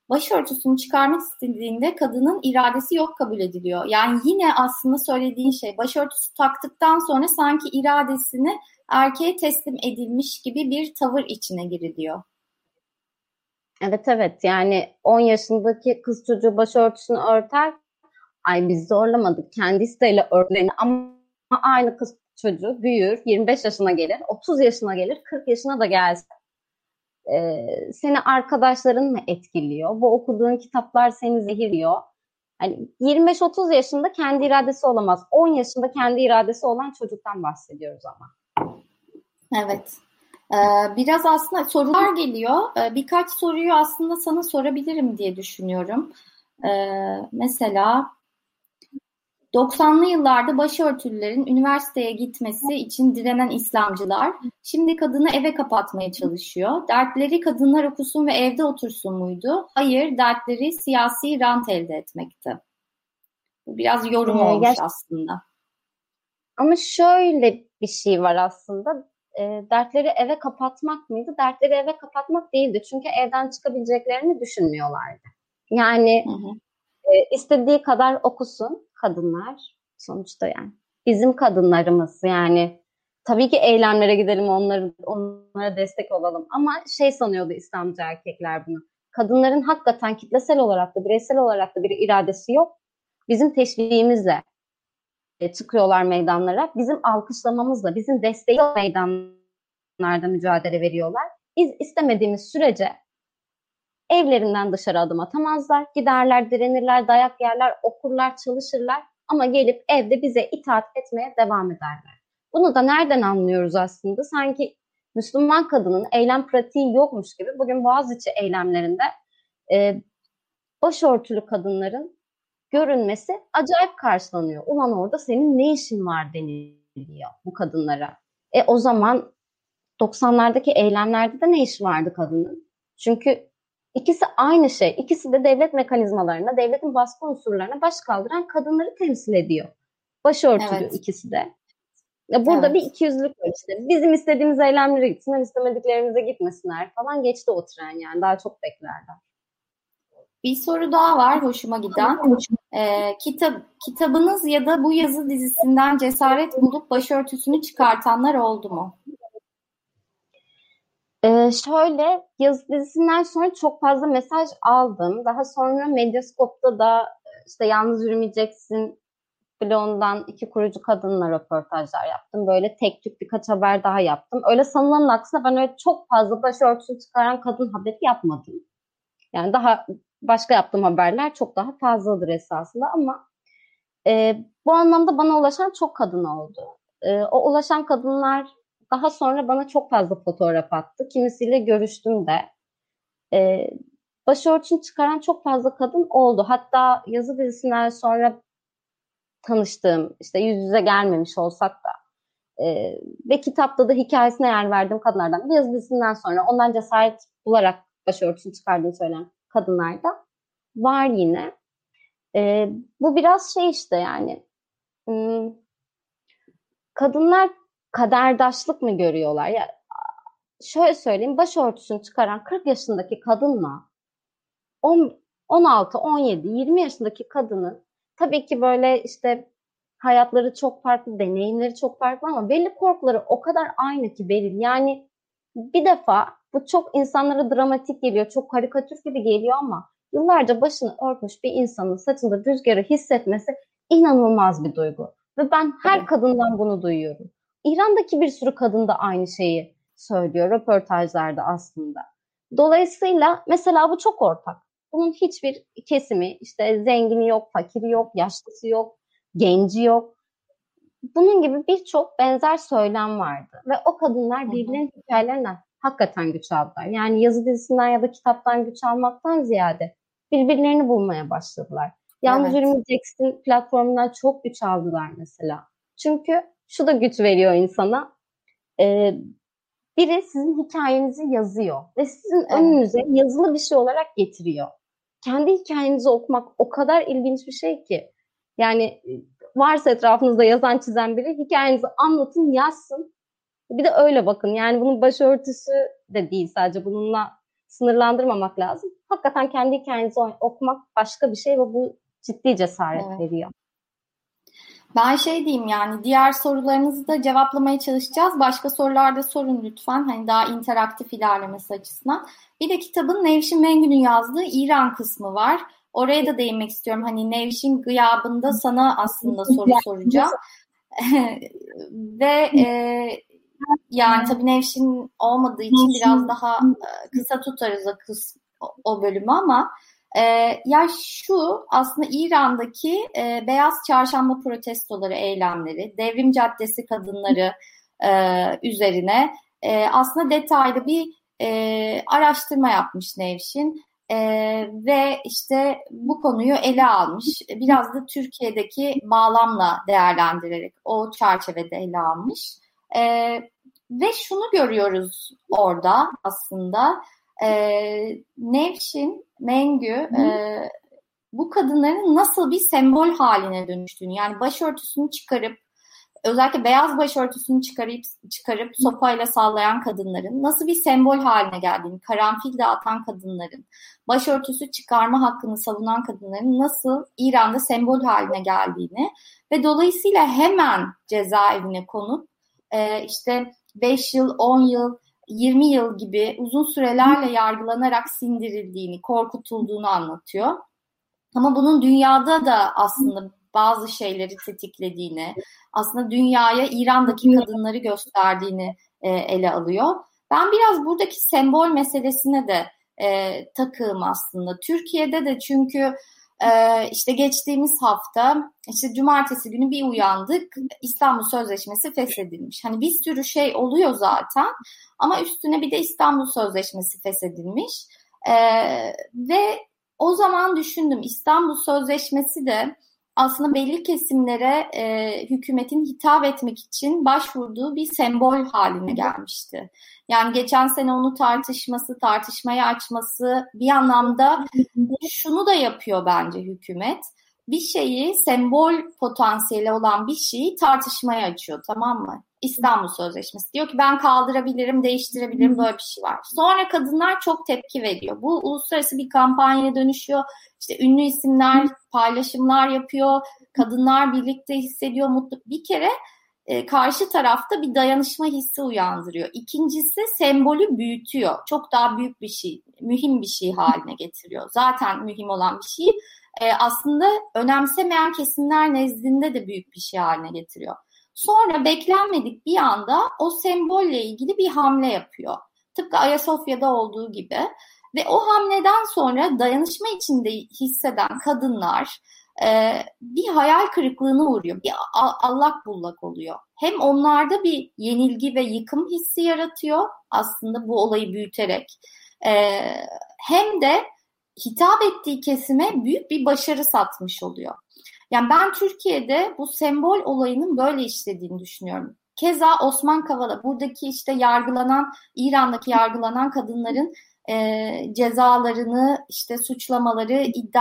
başörtüsünü çıkarmak istediğinde kadının iradesi yok kabul ediliyor. Yani yine aslında söylediğin şey, başörtüsü taktıktan sonra sanki iradesini erkeğe teslim edilmiş gibi bir tavır içine giriliyor. Evet, evet, yani 10 yaşındaki kız çocuğu başörtüsünü örter. Ay biz zorlamadık. Kendi isteğiyle örtüleni, ama aynı kız çocuğu büyür, 25 yaşına gelir, 30 yaşına gelir, 40 yaşına da gelsin. Seni arkadaşların mı etkiliyor? Bu okuduğun kitaplar seni zehirliyor. Hani 25-30 yaşında kendi iradesi olamaz. 10 yaşında kendi iradesi olan çocuktan bahsediyoruz ama. Evet. Biraz aslında sorular geliyor. Birkaç soruyu aslında sana sorabilirim diye düşünüyorum. Mesela 90'lı yıllarda başörtülülerin üniversiteye gitmesi için direnen İslamcılar şimdi kadını eve kapatmaya çalışıyor. Dertleri kadınlar okusun ve evde otursun muydu? Hayır, dertleri siyasi rant elde etmekti. Bu biraz yorum olmuş aslında. Ama şöyle bir şey var aslında. Dertleri eve kapatmak mıydı? Dertleri eve kapatmak değildi. Çünkü evden çıkabileceklerini düşünmüyorlardı. Yani istediği kadar okusun kadınlar. Sonuçta yani bizim kadınlarımız, yani tabii ki eylemlere gidelim, onlara destek olalım. Ama sanıyordu İslamcı erkekler bunu. Kadınların hakikaten kitlesel olarak da bireysel olarak da bir iradesi yok. Bizim teşviğimizle çıkıyorlar meydanlara. Bizim alkışlamamızla, bizim desteğiyle meydanlarda mücadele veriyorlar. Biz istemediğimiz sürece evlerinden dışarı adım atamazlar. Giderler, direnirler, dayak yerler, okurlar, çalışırlar. Ama gelip evde bize itaat etmeye devam ederler. Bunu da nereden anlıyoruz aslında? Sanki Müslüman kadının eylem pratiği yokmuş gibi bugün Boğaziçi eylemlerinde başörtülü kadınların görünmesi acayip karşılanıyor. Ulan orada senin ne işin var deniliyor bu kadınlara. O zaman 90'lardaki eylemlerde de ne iş vardı kadının? Çünkü ikisi aynı şey. İkisi de devlet mekanizmalarına, devletin baskı unsurlarına baş kaldıran kadınları temsil ediyor. Başörtülü ikisi de. Burada bir ikiyüzlülük var işte. Bizim istediğimiz eylemlere gitsinler, istemediklerimize gitmesinler falan, geçti o tren yani. Daha çok beklerler. Bir soru daha var hoşuma giden. Kitabınız ya da bu yazı dizisinden cesaret bulup başörtüsünü çıkartanlar oldu mu? Şöyle, yazı dizisinden sonra çok fazla mesaj aldım. Daha sonra Medyascope'da da işte Yalnız Yürümeyeceksin bloğundan 2 kurucu kadınla röportajlar yaptım. Böyle tek tük birkaç haber daha yaptım. Öyle sanılanın aksine ben öyle çok fazla başörtüsünü çıkaran kadın haberi yapmadım. Yani daha başka yaptığım haberler çok daha fazladır esasında, ama bu anlamda bana ulaşan çok kadın oldu. O ulaşan kadınlar daha sonra bana çok fazla fotoğraf attı. Kimisiyle görüştüm de. Başörtüsünü çıkaran çok fazla kadın oldu. Hatta yazı dizisinden sonra tanıştığım, işte yüz yüze gelmemiş olsak da ve kitapta da hikayesine yer verdiğim kadınlardan, bir yazı dizisinden sonra ondan cesaret bularak başörtüsünü çıkardığını söyleyen kadınlar da var yine. Bu biraz işte yani kadınlar kaderdaşlık mı görüyorlar? Ya şöyle söyleyeyim, başörtüsünü çıkaran 40 yaşındaki kadınla 16, 17, 20 yaşındaki kadının tabii ki böyle işte hayatları çok farklı, deneyimleri çok farklı, ama belli korkuları o kadar aynı ki Beril. Yani bir defa bu çok insanlara dramatik geliyor, çok karikatür gibi geliyor, ama yıllarca başını örtmüş bir insanın saçında rüzgarı hissetmesi inanılmaz bir duygu. Ve ben her kadından bunu duyuyorum. İran'daki bir sürü kadın da aynı şeyi söylüyor röportajlarda aslında. Dolayısıyla mesela bu çok ortak. Bunun hiçbir kesimi, işte zengini yok, fakiri yok, yaşlısı yok, genci yok. Bunun gibi birçok benzer söylem vardı. Ve o kadınlar birbirlerinin hikayelerinden hakikaten güç aldılar. Yani yazı dizisinden ya da kitaptan güç almaktan ziyade birbirlerini bulmaya başladılar. Yalnız Yürümeyeceksin platformundan çok güç aldılar mesela. Çünkü şu da güç veriyor insana. Biri sizin hikayenizi yazıyor ve sizin önünüze yazılı bir şey olarak getiriyor. Kendi hikayenizi okumak o kadar ilginç bir şey ki. Yani varsa etrafınızda yazan çizen biri, hikayenizi anlatın, yazsın. Bir de öyle bakın. Yani bunun başörtüsü de değil sadece, bununla sınırlandırmamak lazım. Hakikaten kendi hikayenizi okumak başka bir şey ve bu ciddi cesaret Evet. veriyor. Ben diyeyim, yani diğer sorularınızı da cevaplamaya çalışacağız. Başka sorularda sorun lütfen. Hani daha interaktif ilerlemesi açısından. Bir de kitabın Nevşin Mengü'nün yazdığı İran kısmı var. Oraya da değinmek istiyorum. Hani Nevşin gıyabında sana aslında soru soracağım. Ve yani tabii Nevşin olmadığı için biraz daha kısa tutarız o bölümü ama ya şu aslında İran'daki Beyaz Çarşamba protestoları, eylemleri, Devrim Caddesi kadınları üzerine aslında detaylı bir araştırma yapmış Nevşin. Ve işte bu konuyu ele almış. Biraz da Türkiye'deki bağlamla değerlendirerek o çerçevede ele almış. Ve şunu görüyoruz orada aslında. Nevşin Mengü bu kadınların nasıl bir sembol haline dönüştüğünü, yani başörtüsünü çıkarıp, özellikle beyaz başörtüsünü çıkarıp sopayla sallayan kadınların nasıl bir sembol haline geldiğini, karanfil dağıtan kadınların, başörtüsü çıkarma hakkını savunan kadınların nasıl İran'da sembol haline geldiğini ve dolayısıyla hemen cezaevine konup işte 5 yıl, 10 yıl, 20 yıl gibi uzun sürelerle yargılanarak sindirildiğini, korkutulduğunu anlatıyor. Ama bunun dünyada da aslında bazı şeyleri tetiklediğini, aslında dünyaya İran'daki kadınları gösterdiğini ele alıyor. Ben biraz buradaki sembol meselesine de takığım aslında. Türkiye'de de çünkü işte geçtiğimiz hafta, işte cumartesi günü bir uyandık, İstanbul Sözleşmesi feshedilmiş. Hani bir sürü şey oluyor zaten ama üstüne bir de İstanbul Sözleşmesi feshedilmiş. Ve o zaman düşündüm, İstanbul Sözleşmesi de aslında belli kesimlere hükümetin hitap etmek için başvurduğu bir sembol haline gelmişti. Yani geçen sene onu tartışmaya açması bir anlamda şunu da yapıyor bence hükümet. Bir şeyi, sembol potansiyeli olan bir şeyi tartışmaya açıyor, tamam mı? İstanbul Sözleşmesi diyor ki ben kaldırabilirim, değiştirebilirim, böyle bir şey var. Sonra kadınlar çok tepki veriyor. Bu uluslararası bir kampanyaya dönüşüyor. İşte ünlü isimler paylaşımlar yapıyor. Kadınlar birlikte hissediyor, mutlu. Bir kere karşı tarafta bir dayanışma hissi uyandırıyor. İkincisi sembolü büyütüyor. Çok daha büyük bir şey, mühim bir şey haline getiriyor. Zaten mühim olan bir şeyi aslında önemsemeyen kesimler nezdinde de büyük bir şey haline getiriyor. Sonra beklenmedik bir anda o sembolle ilgili bir hamle yapıyor. Tıpkı Ayasofya'da olduğu gibi. Ve o hamleden sonra dayanışma içinde hisseden kadınlar bir hayal kırıklığına uğruyor. Bir allak bullak oluyor. Hem onlarda bir yenilgi ve yıkım hissi yaratıyor aslında bu olayı büyüterek. Hem de hitap ettiği kesime büyük bir başarı satmış oluyor. Yani ben Türkiye'de bu sembol olayının böyle işlediğini düşünüyorum. Keza Osman Kavala, buradaki işte İran'daki yargılanan kadınların cezalarını, işte suçlamaları,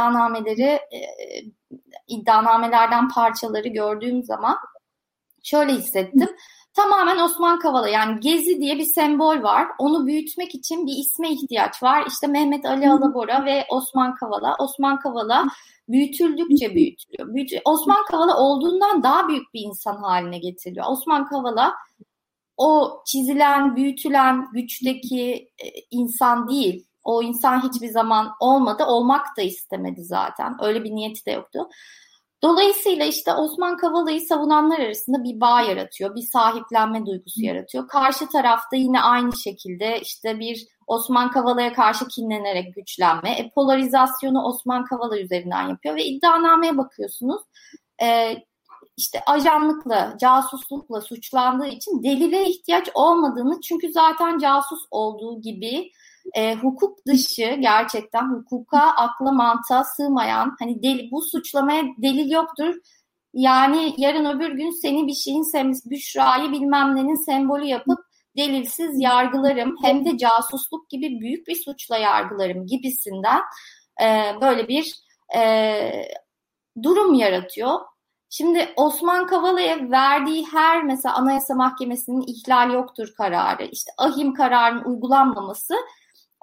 iddianamelerden parçaları gördüğüm zaman şöyle hissettim. Tamamen Osman Kavala, yani Gezi diye bir sembol var. Onu büyütmek için bir isme ihtiyaç var. İşte Mehmet Ali Alabora ve Osman Kavala. Osman Kavala büyütüldükçe büyütülüyor. Osman Kavala olduğundan daha büyük bir insan haline getiriliyor. Osman Kavala o çizilen, büyütülen güçteki insan değil. O insan hiçbir zaman olmadı, olmak da istemedi zaten. Öyle bir niyeti de yoktu. Dolayısıyla işte Osman Kavala'yı savunanlar arasında bir bağ yaratıyor, bir sahiplenme duygusu yaratıyor. Karşı tarafta yine aynı şekilde işte bir Osman Kavala'ya karşı kinlenerek güçlenme, polarizasyonu Osman Kavala üzerinden yapıyor ve iddianameye bakıyorsunuz. İşte ajanlıkla, casuslukla suçlandığı için delile ihtiyaç olmadığını, çünkü zaten casus olduğu gibi hukuk dışı, gerçekten hukuka, akla, mantığa sığmayan, hani bu suçlamaya delil yoktur. Yani yarın öbür gün seni bir şeyin Büşra'yı bilmem nenin sembolü yapıp delilsiz yargılarım, hem de casusluk gibi büyük bir suçla yargılarım gibisinden böyle bir durum yaratıyor. Şimdi Osman Kavala'ya verdiği her, mesela Anayasa Mahkemesi'nin ihlal yoktur kararı, işte ahim kararının uygulanmaması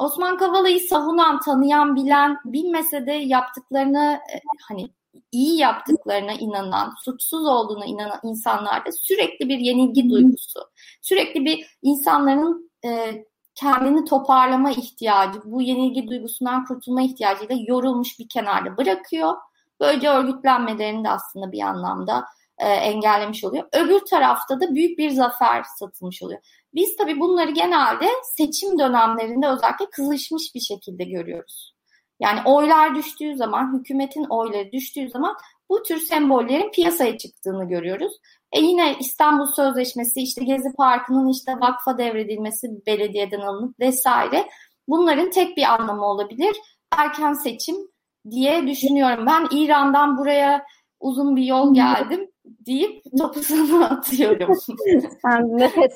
Osman Kavala'yı savunan, tanıyan, bilen, bilmese de yaptıklarını hani iyi yaptıklarına inanan, suçsuz olduğuna inanan insanlarda sürekli bir yenilgi duygusu, sürekli bir insanların kendini toparlama ihtiyacı, bu yenilgi duygusundan kurtulma ihtiyacıyla yorulmuş bir kenarda bırakıyor. Böylece örgütlenmelerini de aslında bir anlamda engellemiş oluyor. Öbür tarafta da büyük bir zafer satılmış oluyor. Biz tabii bunları genelde seçim dönemlerinde özellikle kızışmış bir şekilde görüyoruz. Yani oylar düştüğü zaman, hükümetin oyları düştüğü zaman bu tür sembollerin piyasaya çıktığını görüyoruz. Yine İstanbul Sözleşmesi, işte Gezi Parkı'nın işte vakfa devredilmesi, belediyeden alınıp vesaire. Bunların tek bir anlamı olabilir. Erken seçim diye düşünüyorum. Ben İran'dan buraya uzun bir yol geldim deyip topu sana atıyorum. Sen nefes.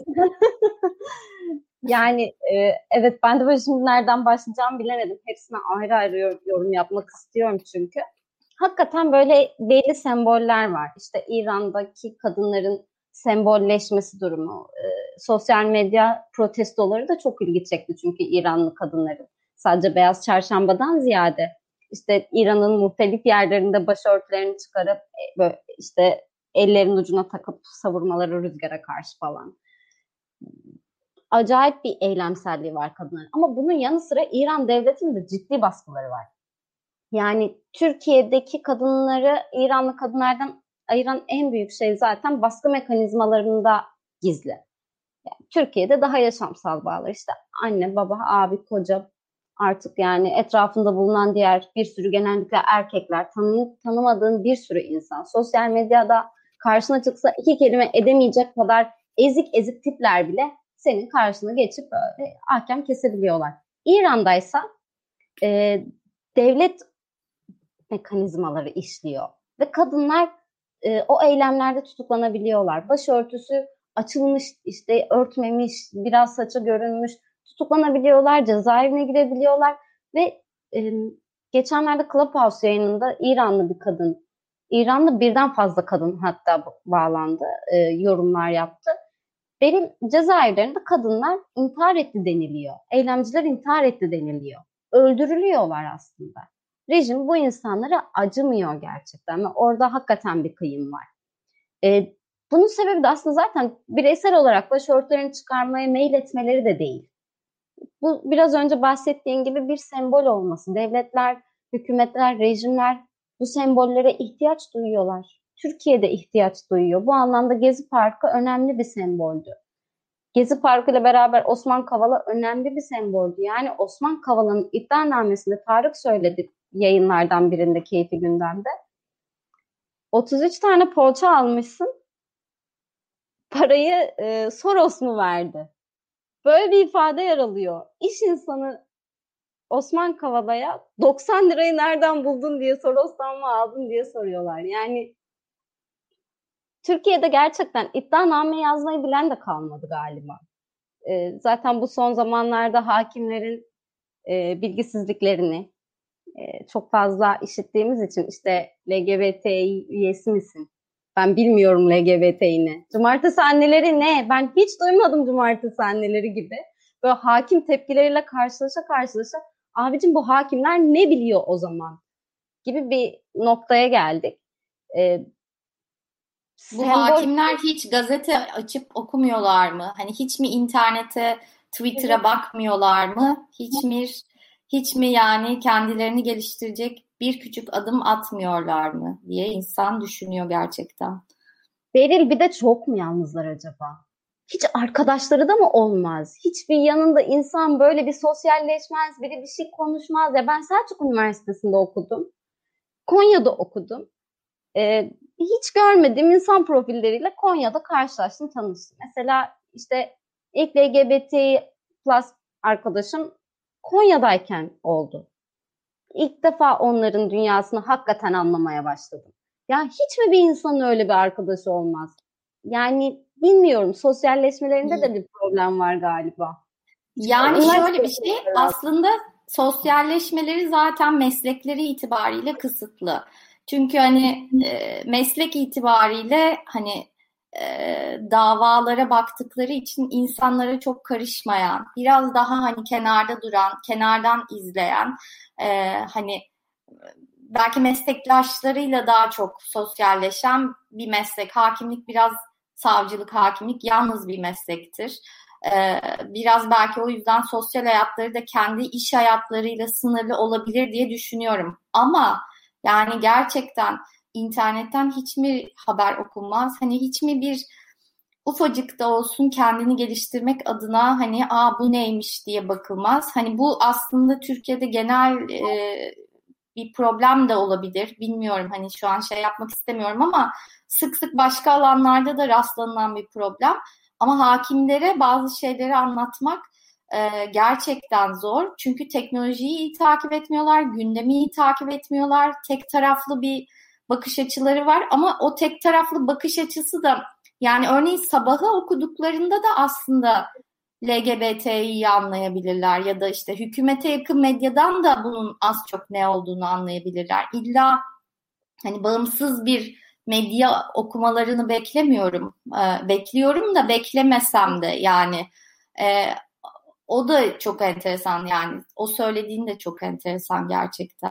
Yani evet, ben de böyle şimdi nereden başlayacağımı bilemedim. Hepsine ayrı ayrı yorum yapmak istiyorum çünkü. Hakikaten böyle belli semboller var. İşte İran'daki kadınların sembolleşmesi durumu. Sosyal medya protestoları da çok ilgi çekti çünkü İranlı kadınların. Sadece Beyaz Çarşamba'dan ziyade işte İran'ın muhtelif yerlerinde başörtülerini çıkarıp böyle işte ellerin ucuna takıp savurmaları rüzgara karşı falan. Acayip bir eylemselliği var kadınların. Ama bunun yanı sıra İran devletinin de ciddi baskıları var. Yani Türkiye'deki kadınları İranlı kadınlardan ayıran en büyük şey zaten baskı mekanizmalarında gizli. Yani Türkiye'de daha yaşamsal bağlar. İşte anne, baba, abi, koca, artık yani etrafında bulunan diğer bir sürü, genellikle erkekler, tanıyıp tanımadığın bir sürü insan. Sosyal medyada karşına çıksa iki kelime edemeyecek kadar ezik ezik tipler bile senin karşına geçip böyle ahkam kesebiliyorlar. İran'daysa devlet mekanizmaları işliyor ve kadınlar o eylemlerde tutuklanabiliyorlar. Başörtüsü açılmış, işte örtmemiş, biraz saçı görünmüş, tutuklanabiliyorlar, cezaevine girebiliyorlar ve geçenlerde Clubhouse yayınında İranlı bir kadın, İran'da birden fazla kadın hatta bağlandı, yorumlar yaptı. Benim cezaevlerinde kadınlar intihar etti deniliyor. Eylemciler intihar etti deniliyor. Öldürülüyorlar aslında. Rejim bu insanlara acımıyor gerçekten ve orada hakikaten bir kıyım var. Bunun sebebi de aslında zaten bireysel olarak başörtülerini çıkarmaya meyletmeleri de değil. Bu biraz önce bahsettiğim gibi bir sembol olması. Devletler, hükümetler, rejimler bu sembollere ihtiyaç duyuyorlar. Türkiye'de ihtiyaç duyuyor. Bu anlamda Gezi Parkı önemli bir semboldü. Gezi Parkı ile beraber Osman Kavala önemli bir semboldü. Yani Osman Kavala'nın iddianamesinde Tarık söyledi yayınlardan birinde, Keyfi Gündem'de. 33 tane poğaça almışsın, parayı Soros mu verdi? Böyle bir ifade yer alıyor. İş insanı Osman Kavala'ya 90 lirayı nereden buldun diye, Soros'tan mı aldın diye soruyorlar. Yani Türkiye'de gerçekten iddianame yazmayı bilen de kalmadı galiba. Zaten bu son zamanlarda hakimlerin bilgisizliklerini çok fazla işittiğimiz için, işte LGBT üyesi misin? Ben bilmiyorum LGBT'yi ne. Cumartesi anneleri ne? Ben hiç duymadım cumartesi anneleri gibi. Böyle hakim tepkileriyle karşılaşa abicim bu hakimler ne biliyor o zaman gibi bir noktaya geldik. Bu hakimler hiç gazete açıp okumuyorlar mı? Hani hiç mi internete, Twitter'a bakmıyorlar mı? Hiç mi yani kendilerini geliştirecek bir küçük adım atmıyorlar mı diye insan düşünüyor gerçekten. Beril, bir de çok mu yalnızlar acaba? Hiç arkadaşları da mı olmaz? Hiçbir yanında insan böyle bir sosyalleşmez, biri bir şey konuşmaz. Ya ben Selçuk Üniversitesi'nde okudum. Konya'da okudum. Hiç görmediğim insan profilleriyle Konya'da karşılaştım, tanıştım. Mesela işte ilk LGBT plus arkadaşım Konya'dayken oldu. İlk defa onların dünyasını hakikaten anlamaya başladım. Ya hiç mi bir insanın öyle bir arkadaşı olmaz? Yani bilmiyorum, sosyalleşmelerinde de bir problem var galiba. Yani şöyle bir şey, aslında sosyalleşmeleri zaten meslekleri itibariyle kısıtlı. Çünkü hani meslek itibariyle hani davalara baktıkları için insanlara çok karışmayan, biraz daha hani kenarda duran, kenardan izleyen, hani belki meslektaşlarıyla daha çok sosyalleşen bir meslek. Hakimlik biraz, savcılık, hakimlik yalnız bir meslektir. Biraz belki o yüzden sosyal hayatları da kendi iş hayatlarıyla sınırlı olabilir diye düşünüyorum. Ama yani gerçekten internetten hiç mi haber okunmaz? Hani hiç mi bir ufacık da olsun kendini geliştirmek adına hani bu neymiş diye bakılmaz. Hani bu aslında Türkiye'de genel bir problem de olabilir. Bilmiyorum, hani şu an şey yapmak istemiyorum ama sık sık başka alanlarda da rastlanılan bir problem. Ama hakimlere bazı şeyleri anlatmak gerçekten zor. Çünkü teknolojiyi iyi takip etmiyorlar, gündemi iyi takip etmiyorlar. Tek taraflı bir bakış açıları var ama o tek taraflı bakış açısı da, yani örneğin Sabah'ı okuduklarında da aslında LGBT'yi anlayabilirler ya da işte hükümete yakın medyadan da bunun az çok ne olduğunu anlayabilirler. İlla hani bağımsız bir medya okumalarını beklemiyorum. Bekliyorum da beklemesem de yani o da çok enteresan, yani o söylediğin de çok enteresan gerçekten.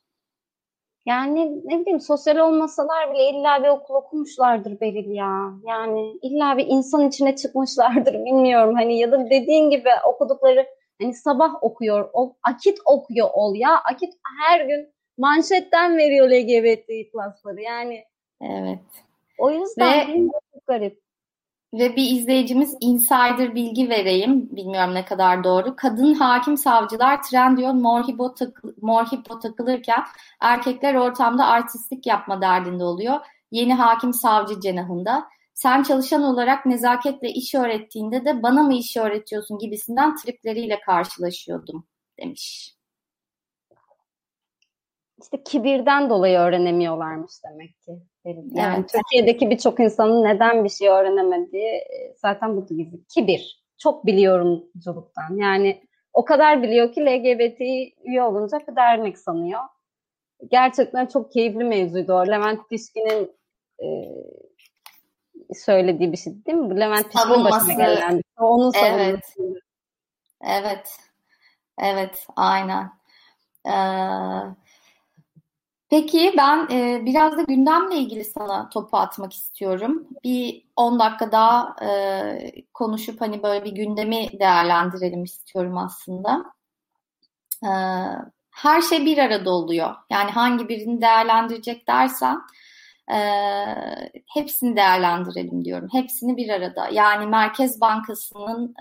Yani ne bileyim, sosyal olmasalar bile illa bir okul okumuşlardır Beril ya. Yani illa bir insan içine çıkmışlardır, bilmiyorum. Hani ya da dediğin gibi okudukları, hani sabah okuyor, Akit okuyor ol ya. Akit her gün manşetten veriyor LGBT klasları. Yani Evet. o yüzden Ve bilmiyorum, çok garip. Ve bir izleyicimiz insider bilgi vereyim. Bilmiyorum ne kadar doğru. Kadın hakim savcılar Trendyol mor hippo takılırken erkekler ortamda artistlik yapma derdinde oluyor. Yeni hakim savcı cenahında. Sen çalışan olarak nezaketle iş öğrettiğinde de bana mı işi öğretiyorsun gibisinden tripleriyle karşılaşıyordum demiş. İşte kibirden dolayı öğrenemiyorlarmış demek ki. Yani Evet, Türkiye'deki birçok insanın neden bir şey öğrenemediği zaten bu gibi. Kibir. Çok biliyorumculuktan. Yani o kadar biliyor ki LGBT üye olunca bir dernek sanıyor. Gerçekten çok keyifli mevzuydu o. Levent Pişkin'in e, söylediği bir şey değil mi? Bu Levent Pişkin'in başına savunması, gelen bir şey. Onun evet, savunması. evet, evet, aynen. Ee, Peki ben biraz da gündemle ilgili sana topu atmak istiyorum. Bir 10 dakika daha konuşup hani böyle bir gündemi değerlendirelim istiyorum aslında. E, Her şey bir arada oluyor. Yani hangi birini değerlendirecek dersen e, hepsini değerlendirelim diyorum. Hepsini bir arada. Yani Merkez Bankası'nın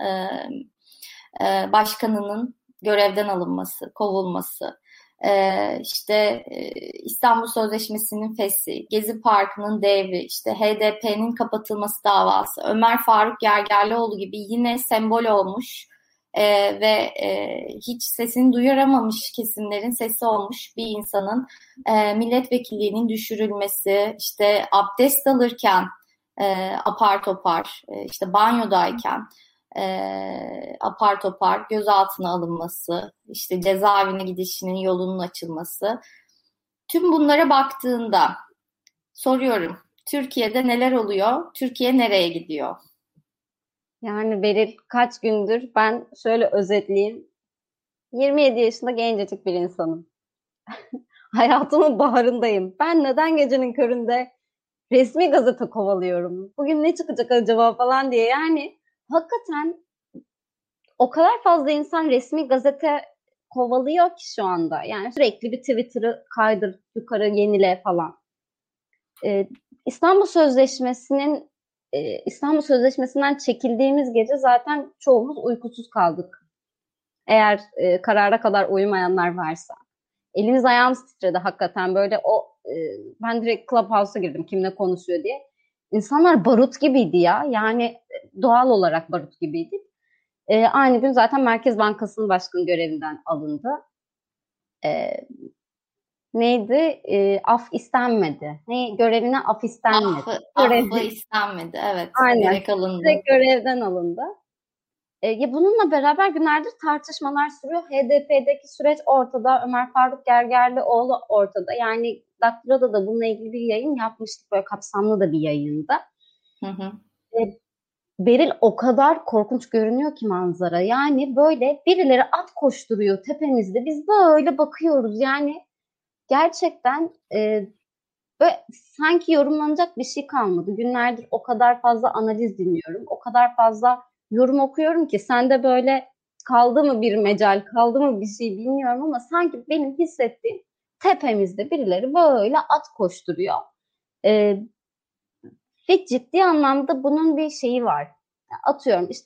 başkanının görevden alınması, kovulması, işte İstanbul Sözleşmesi'nin fesli, Gezi Parkı'nın devri, işte HDP'nin kapatılması davası, Ömer Faruk Gergerlioğlu gibi yine sembol olmuş ve hiç sesini duyuramamış kesimlerin sesi olmuş bir insanın milletvekilliğinin düşürülmesi, işte abdest alırken apar topar, işte banyodayken apar topar gözaltına alınması, işte cezaevine gidişinin yolunun açılması. Tüm bunlara baktığında soruyorum, Türkiye'de neler oluyor? Türkiye nereye gidiyor? Yani Beril, kaç gündür ben şöyle özetleyeyim. 27 yaşında gencecik bir insanım. Hayatımın baharındayım. Ben neden gecenin köründe resmi gazete kovalıyorum? Bugün ne çıkacak acaba falan diye. Yani hakikaten o kadar fazla insan resmi gazete kovalıyor ki şu anda. Yani sürekli bir Twitter'ı kaydır, yukarı yenile falan. Ee, İstanbul Sözleşmesi'nin İstanbul Sözleşmesi'nden çekildiğimiz gece zaten çoğumuz uykusuz kaldık. Eğer karara kadar uyumayanlar varsa. Elimiz ayağımız titredi hakikaten, böyle ben direkt Clubhouse'a girdim kimle konuşuyor diye. İnsanlar barut gibiydi ya, yani doğal olarak barut gibiydi. Aynı gün zaten Merkez Bankası'nın başkanı görevinden alındı. E, Neydi? Af istenmedi. Görevine af istenmedi. Affı istenmedi, evet, Aynen. direkt alındı. Direkt görevden alındı. Ya bununla beraber günlerdir tartışmalar sürüyor. HDP'deki süreç ortada. Ömer Faruk Gergerlioğlu ortada. Yani Daktilo'da da bununla ilgili bir yayın yapmıştık. Böyle kapsamlı da bir yayında. Hı hı. Beril, o kadar korkunç görünüyor ki manzara. Yani böyle birileri at koşturuyor tepemizde. Biz böyle bakıyoruz. Yani gerçekten böyle sanki yorumlanacak bir şey kalmadı. Günlerdir o kadar fazla analiz dinliyorum. O kadar fazla yorum okuyorum ki sende böyle kaldı mı bir mecal, kaldı mı bir şey bilmiyorum ama sanki benim hissettiğim tepemizde birileri böyle at koşturuyor. E, Ve ciddi anlamda bunun bir şeyi var. Atıyorum işte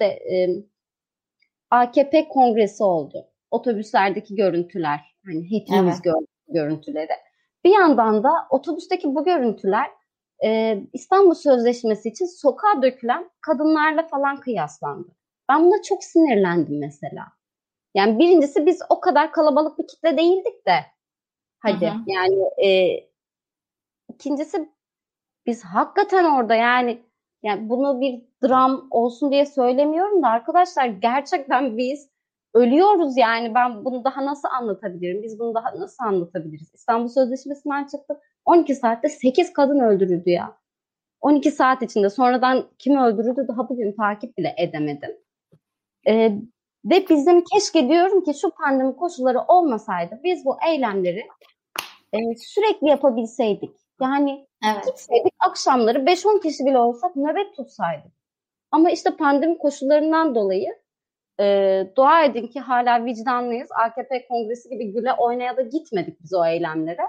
AKP kongresi oldu. Otobüslerdeki görüntüler, hani hepimiz Evet. gördük görüntüleri. Bir yandan da otobüsteki bu görüntüler İstanbul Sözleşmesi için sokağa dökülen kadınlarla falan kıyaslandı. Ben buna çok sinirlendim mesela. Yani birincisi biz o kadar kalabalık bir kitle değildik de Hı hı. hadi yani ikincisi biz hakikaten orada yani bunu bir dram olsun diye söylemiyorum da arkadaşlar gerçekten biz ölüyoruz yani ben bunu daha nasıl anlatabilirim? Biz bunu daha nasıl anlatabiliriz? İstanbul Sözleşmesi'nden çıktık. 12 saatte 8 kadın öldürüldü ya. 12 saat içinde sonradan kim öldürüldü daha bugün takip bile edemedim. Ee, Ve bizim keşke diyorum ki şu pandemi koşulları olmasaydı biz bu eylemleri sürekli yapabilseydik. Yani Evet. gitseydik akşamları 5-10 kişi bile olsak nöbet tutsaydık. Ama işte pandemi koşullarından dolayı dua edin ki hala vicdanlıyız. AKP kongresi gibi güle oynaya da gitmedik biz o eylemlere.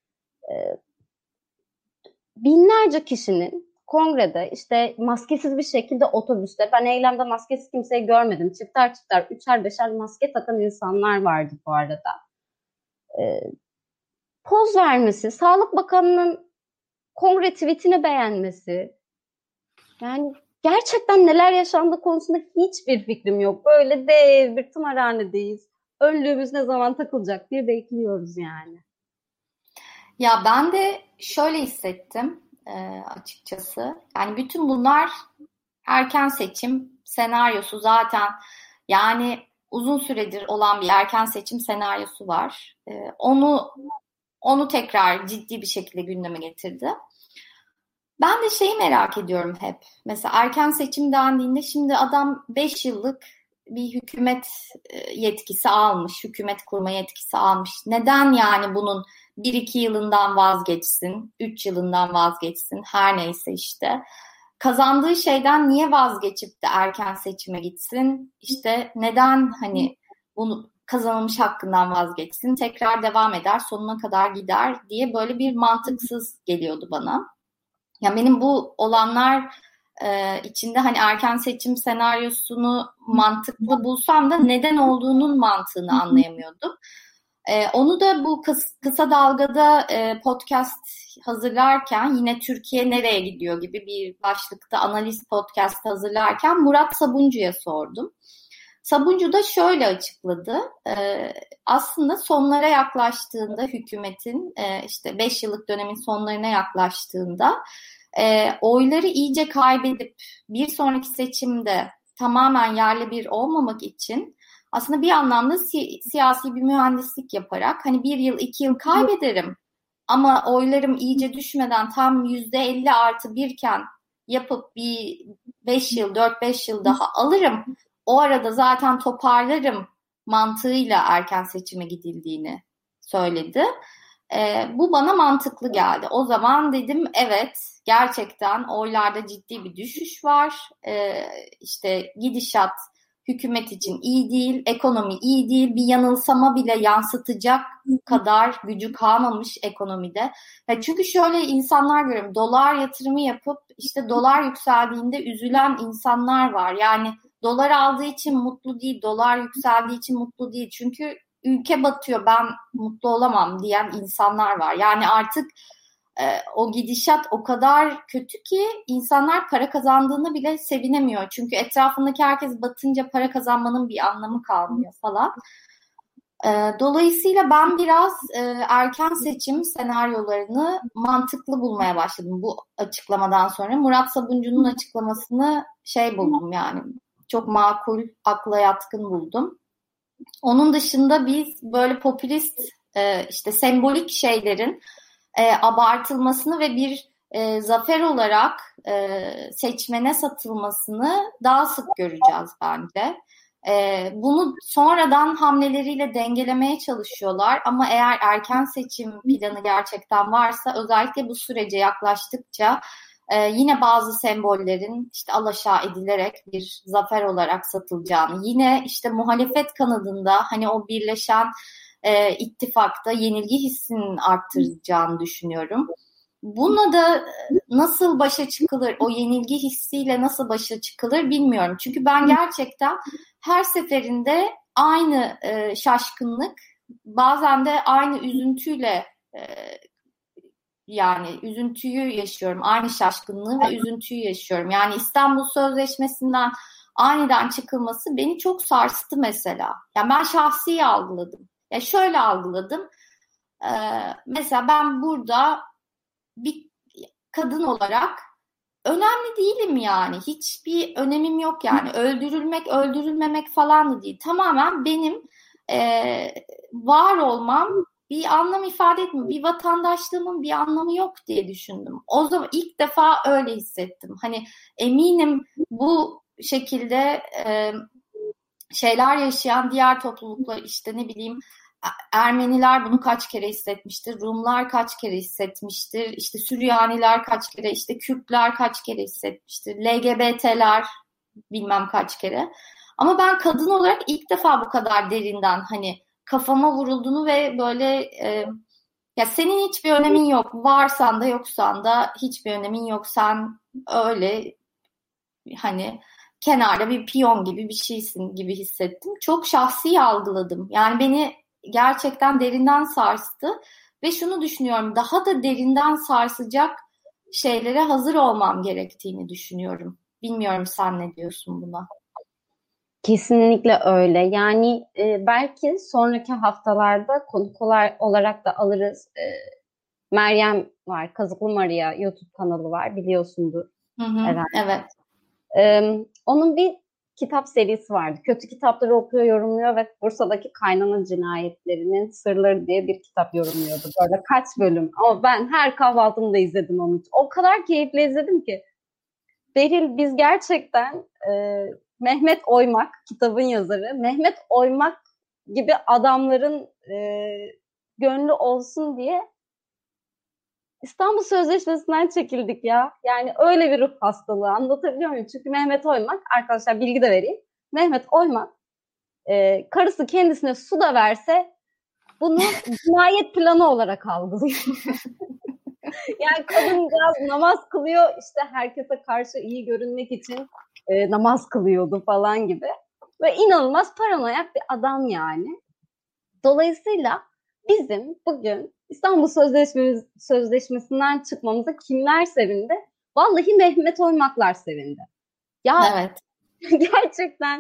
Binlerce kişinin kongrede işte maskesiz bir şekilde otobüste, ben eylemde maskesiz kimseyi görmedim. Çifter çifter, üçer beşer maske takan insanlar vardı bu arada. Poz vermesi, Sağlık Bakanı'nın kongre tweetini beğenmesi. Yani gerçekten neler yaşandığı konusunda hiçbir fikrim yok. Böyle dev bir tımarhanedeyiz. Önlüğümüz ne zaman takılacak diye bekliyoruz yani. Ya ben de şöyle hissettim açıkçası. Yani bütün bunlar erken seçim senaryosu zaten, yani uzun süredir olan bir erken seçim senaryosu var. Onu tekrar ciddi bir şekilde gündeme getirdi. Ben de şeyi merak ediyorum hep. Mesela erken seçim dendiğinde şimdi adam 5 yıllık bir hükümet yetkisi almış, hükümet kurma yetkisi almış. Neden yani bunun 1-2 yılından vazgeçsin, 3 yılından vazgeçsin, her neyse işte. Kazandığı şeyden niye vazgeçip de erken seçime gitsin? İşte neden hani bunu kazanılmış hakkından vazgeçsin, tekrar devam eder, sonuna kadar gider diye böyle bir mantıksız geliyordu bana. Ya benim bu olanlar içinde hani erken seçim senaryosunu mantıklı bulsam da neden olduğunun mantığını anlayamıyordum. Onu da bu kısa dalgada podcast hazırlarken, yine Türkiye nereye gidiyor gibi bir başlıkta analiz podcast hazırlarken Murat Sabuncu'ya sordum. Sabuncu da şöyle açıkladı. Aslında sonlara yaklaştığında hükümetin işte 5 yıllık dönemin sonlarına yaklaştığında oyları iyice kaybedip bir sonraki seçimde tamamen yerle bir olmamak için aslında bir anlamda siyasi bir mühendislik yaparak hani 1 yıl 2 yıl kaybederim ama oylarım iyice düşmeden tam %50+1 iken yapıp bir 5 yıl 4-5 yıl daha alırım. O arada zaten toparlarım mantığıyla erken seçime gidildiğini söyledi. Bu bana mantıklı geldi. O zaman dedim evet, gerçekten oylarda ciddi bir düşüş var. İşte gidişat hükümet için iyi değil, ekonomi iyi değil, bir yanılsama bile yansıtacak kadar gücü kalmamış ekonomide. Çünkü şöyle insanlar görüyorum, dolar yatırımı yapıp işte dolar yükseldiğinde üzülen insanlar var. Yani dolar aldığı için mutlu değil, dolar yükseldiği için mutlu değil. Çünkü ülke batıyor, ben mutlu olamam diyen insanlar var. Yani artık o gidişat o kadar kötü ki insanlar para kazandığını bile sevinemiyor. Çünkü etrafındaki herkes batınca para kazanmanın bir anlamı kalmıyor falan. Dolayısıyla ben biraz erken seçim senaryolarını mantıklı bulmaya başladım bu açıklamadan sonra. Murat Sabuncu'nun açıklamasını buldum, yani çok makul, akla yatkın buldum. Onun dışında biz böyle popülist işte sembolik şeylerin abartılmasını ve bir zafer olarak seçmene satılmasını daha sık göreceğiz bence. Bunu sonradan hamleleriyle dengelemeye çalışıyorlar ama eğer erken seçim planı gerçekten varsa, özellikle bu sürece yaklaştıkça yine bazı sembollerin işte alaşağı edilerek bir zafer olarak satılacağını, yine işte muhalefet kanadında hani o birleşen ittifakta yenilgi hissinin arttıracağını düşünüyorum. Bununla da nasıl başa çıkılır, o yenilgi hissiyle nasıl başa çıkılır bilmiyorum. Çünkü ben gerçekten her seferinde aynı şaşkınlık, bazen de aynı üzüntüyle yani üzüntüyü yaşıyorum. Aynı şaşkınlığı ve üzüntüyü yaşıyorum. Yani İstanbul Sözleşmesi'nden aniden çıkılması beni çok sarstı mesela. Yani ben şahsi algıladım. Ya şöyle algıladım. Mesela ben burada bir kadın olarak önemli değilim yani. Hiçbir önemim yok yani. Öldürülmek, öldürülmemek falan da değil. Tamamen benim var olmam bir anlam ifade etmiyor. Bir vatandaşlığımın bir anlamı yok diye düşündüm. O zaman ilk defa öyle hissettim. Hani eminim bu şekilde şeyler yaşayan diğer topluluklar, işte ne bileyim, Ermeniler bunu kaç kere hissetmiştir, Rumlar kaç kere hissetmiştir, işte Süryaniler kaç kere, işte Kürtler kaç kere hissetmiştir, LGBT'ler bilmem kaç kere. Ama ben kadın olarak ilk defa bu kadar derinden hani kafama vurulduğunu ve böyle ya senin hiçbir önemin yok, varsan da yoksan da hiçbir önemin yok, sen öyle hani kenarda bir piyon gibi bir şeysin gibi hissettim. Çok şahsi algıladım. Yani beni gerçekten derinden sarstı ve şunu düşünüyorum, daha da derinden sarsacak şeylere hazır olmam gerektiğini düşünüyorum. Bilmiyorum, sen ne diyorsun buna? Kesinlikle öyle. Yani belki sonraki haftalarda konuk olarak da alırız. Meryem var, Kazıklı Maria YouTube kanalı var, biliyorsundur Hı hı, herhalde. evet. Onun bir kitap serisi vardı. Kötü kitapları okuyor, yorumluyor ve Bursa'daki kaynana cinayetlerinin sırları diye bir kitap yorumluyordu. Böyle kaç bölüm. Ama ben her kahvaltımda izledim onu. O kadar keyifle izledim ki. Beril, biz gerçekten Mehmet Oymak, kitabın yazarı, Mehmet Oymak gibi adamların gönlü olsun diye İstanbul Sözleşmesi'nden çekildik ya. Yani öyle bir ruh hastalığı, anlatabiliyor muyum? Çünkü Mehmet Oymak, arkadaşlar bilgi de vereyim. Mehmet Oymak, karısı kendisine su da verse bunu cinayet planı olarak algılıyor. Yani kadın biraz namaz kılıyor, işte herkese karşı iyi görünmek için namaz kılıyordu falan gibi. Ve inanılmaz paranoyak bir adam yani. Dolayısıyla bizim bugün İstanbul Sözleşmesi'nden çıkmamıza kimler sevindi? Vallahi Mehmet Oymaklar sevindi. Ya Evet. gerçekten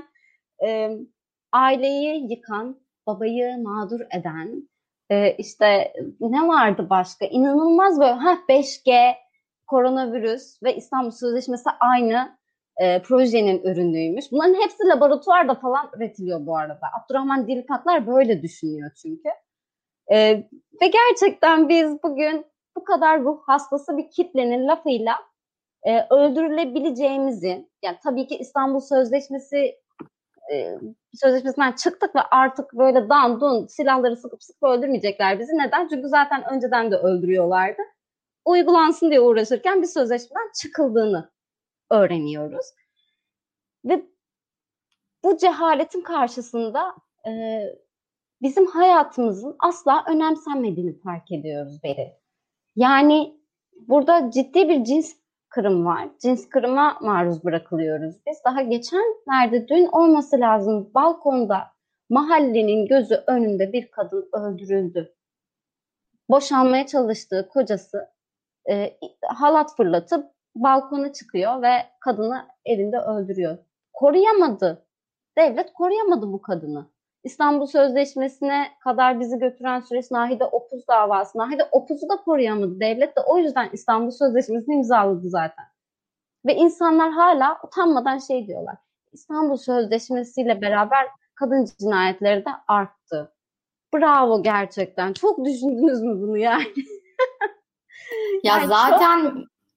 aileyi yıkan, babayı mağdur eden, işte ne vardı başka? İnanılmaz böyle 5G, koronavirüs ve İstanbul Sözleşmesi aynı projenin ürünüymüş. Bunların hepsi laboratuvarda falan üretiliyor bu arada. Abdurrahman Dilipatlar böyle düşünüyor çünkü. Ve gerçekten biz bugün bu kadar ruh hastası bir kitlenin lafıyla öldürülebileceğimizi, yani tabii ki İstanbul Sözleşmesi'nden çıktık ve artık böyle dandun silahları sıkıp sıkıp öldürmeyecekler bizi. Neden? Çünkü zaten önceden de öldürüyorlardı. Uygulansın diye uğraşırken bir sözleşmeden çıkıldığını öğreniyoruz. Ve bu cehaletin karşısında bizim hayatımızın asla önemsenmediğini fark ediyoruz Beri. Yani burada ciddi bir cins kırım var. Cins kırıma maruz bırakılıyoruz biz. Daha geçenlerde, dün olması lazım, balkonda mahallenin gözü önünde bir kadın öldürüldü. Boşanmaya çalıştığı kocası halat fırlatıp balkona çıkıyor ve kadını elinde öldürüyor. Koruyamadı. Devlet koruyamadı bu kadını. İstanbul Sözleşmesi'ne kadar bizi götüren süreç Nahide Opuz davası. Nahide Opuz'u da koruyamadı. Devlet de o yüzden İstanbul Sözleşmesi'ni imzaladı zaten. Ve insanlar hala utanmadan şey diyorlar. İstanbul Sözleşmesi'yle beraber kadın cinayetleri de arttı. Bravo gerçekten. Çok düşündünüz mü bunu yani? Ya Yani zaten çok...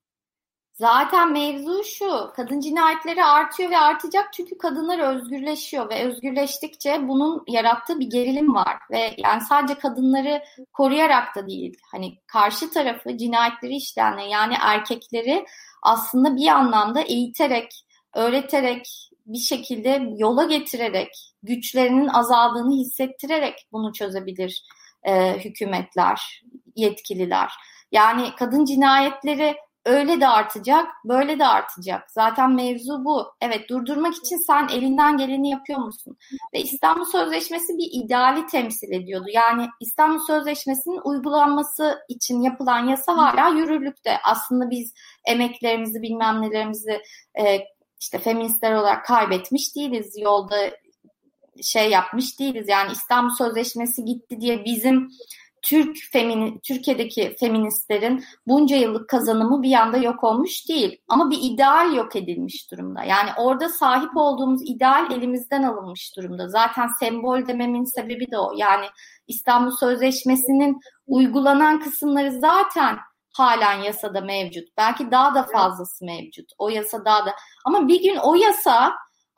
Zaten mevzu şu, kadın cinayetleri artıyor ve artacak çünkü kadınlar özgürleşiyor ve özgürleştikçe bunun yarattığı bir gerilim var ve yani sadece kadınları koruyarak da değil, hani karşı tarafı cinayetleri işleyenleri yani erkekleri aslında bir anlamda eğiterek, öğreterek, bir şekilde yola getirerek, güçlerinin azaldığını hissettirerek bunu çözebilir hükümetler, yetkililer. Yani kadın cinayetleri öyle de artacak, böyle de artacak. Zaten mevzu bu. Evet, durdurmak için sen elinden geleni yapıyor musun? Ve İstanbul Sözleşmesi bir ideali temsil ediyordu. Yani İstanbul Sözleşmesi'nin uygulanması için yapılan yasa hala yürürlükte. Aslında biz emeklerimizi, bilmem nelerimizi işte feministler olarak kaybetmiş değiliz. Yolda şey yapmış değiliz. Yani İstanbul Sözleşmesi gitti diye bizim Türkiye'deki feministlerin bunca yıllık kazanımı bir anda yok olmuş değil. Ama bir ideal yok edilmiş durumda. Yani orada sahip olduğumuz ideal elimizden alınmış durumda. Zaten sembol dememin sebebi de o. Yani İstanbul Sözleşmesi'nin uygulanan kısımları zaten halen yasada mevcut. Belki daha da fazlası mevcut. O yasa daha da. Ama bir gün o yasa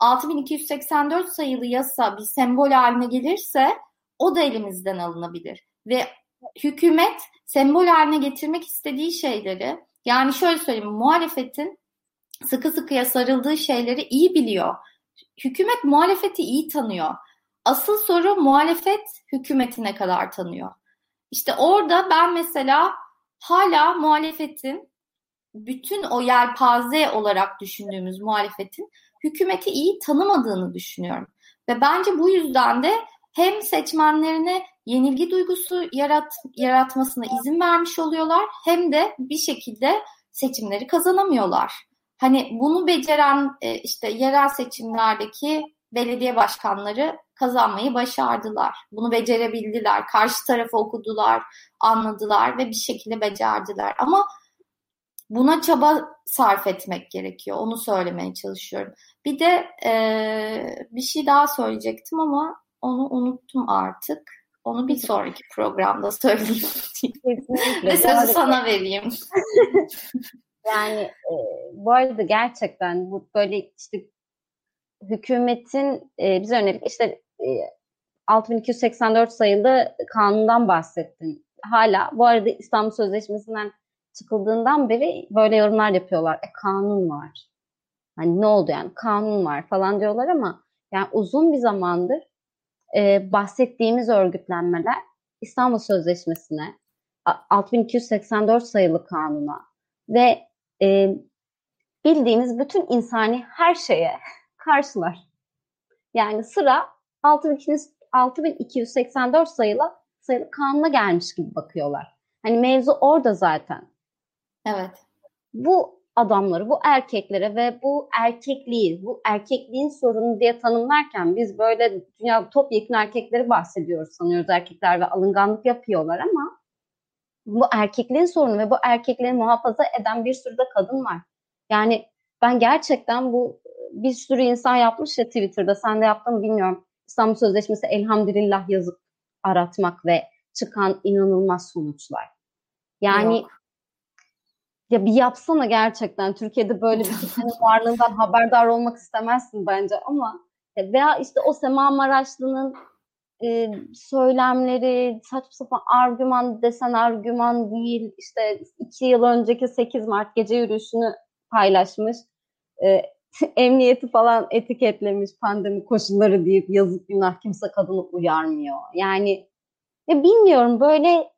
6284 sayılı yasa bir sembol haline gelirse o da elimizden alınabilir. Ve hükümet sembol haline getirmek istediği şeyleri, yani şöyle söyleyeyim, muhalefetin sıkı sıkıya sarıldığı şeyleri iyi biliyor. Hükümet muhalefeti iyi tanıyor. Asıl soru muhalefet hükümeti ne kadar tanıyor? İşte orada ben mesela hala muhalefetin, bütün o yelpaze olarak düşündüğümüz muhalefetin hükümeti iyi tanımadığını düşünüyorum. Ve bence bu yüzden de hem seçmenlerine yenilgi duygusu yaratmasına izin vermiş oluyorlar hem de bir şekilde seçimleri kazanamıyorlar. Hani bunu beceren işte yerel seçimlerdeki belediye başkanları kazanmayı başardılar. Bunu becerebildiler. Karşı tarafı okudular, anladılar ve bir şekilde becerdiler. Ama buna çaba sarf etmek gerekiyor. Onu söylemeye çalışıyorum. Bir de bir şey daha söyleyecektim ama onu unuttum artık. Onu bir sonraki programda söyleyeyim. Kesinlikle. Ve sözü sana vereyim. Yani bu arada gerçekten bu böyle işte hükümetin bize yönelik işte 6284 sayılı kanundan bahsettin. Hala bu arada İstanbul Sözleşmesi'nden çıkıldığından beri böyle yorumlar yapıyorlar. Kanun var. Hani ne oldu yani? Kanun var falan diyorlar ama yani uzun bir zamandır bahsettiğimiz örgütlenmeler İstanbul Sözleşmesi'ne, 6284 sayılı kanuna ve bildiğiniz bütün insani her şeye karşılar. Yani sıra 6284 sayılı kanuna gelmiş gibi bakıyorlar. Hani mevzu orada zaten. Evet. Bu adamları, bu erkeklere ve bu erkekliğin sorunu diye tanımlarken biz böyle dünya topyekun erkekleri bahsediyoruz sanıyoruz, erkekler ve alınganlık yapıyorlar ama bu erkekliğin sorunu ve bu erkekleri muhafaza eden bir sürü de kadın var. Yani ben gerçekten bu bir sürü insan yapmış ya Twitter'da, sen de yaptın mı bilmiyorum. İstanbul Sözleşmesi elhamdülillah yazıp aratmak ve çıkan inanılmaz sonuçlar. Yani Yok. ya bir yapsana gerçekten. Türkiye'de böyle bir kitlenin varlığından haberdar olmak istemezsin bence ama veya işte o Sema Maraşlı'nın söylemleri, saçma sapan argüman desen argüman değil. İşte 2 yıl önceki 8 Mart gece yürüyüşünü paylaşmış. Emniyeti falan etiketlemiş, pandemi koşulları deyip yazık günah, kimse kadını uyarmıyor. Yani bilmiyorum böyle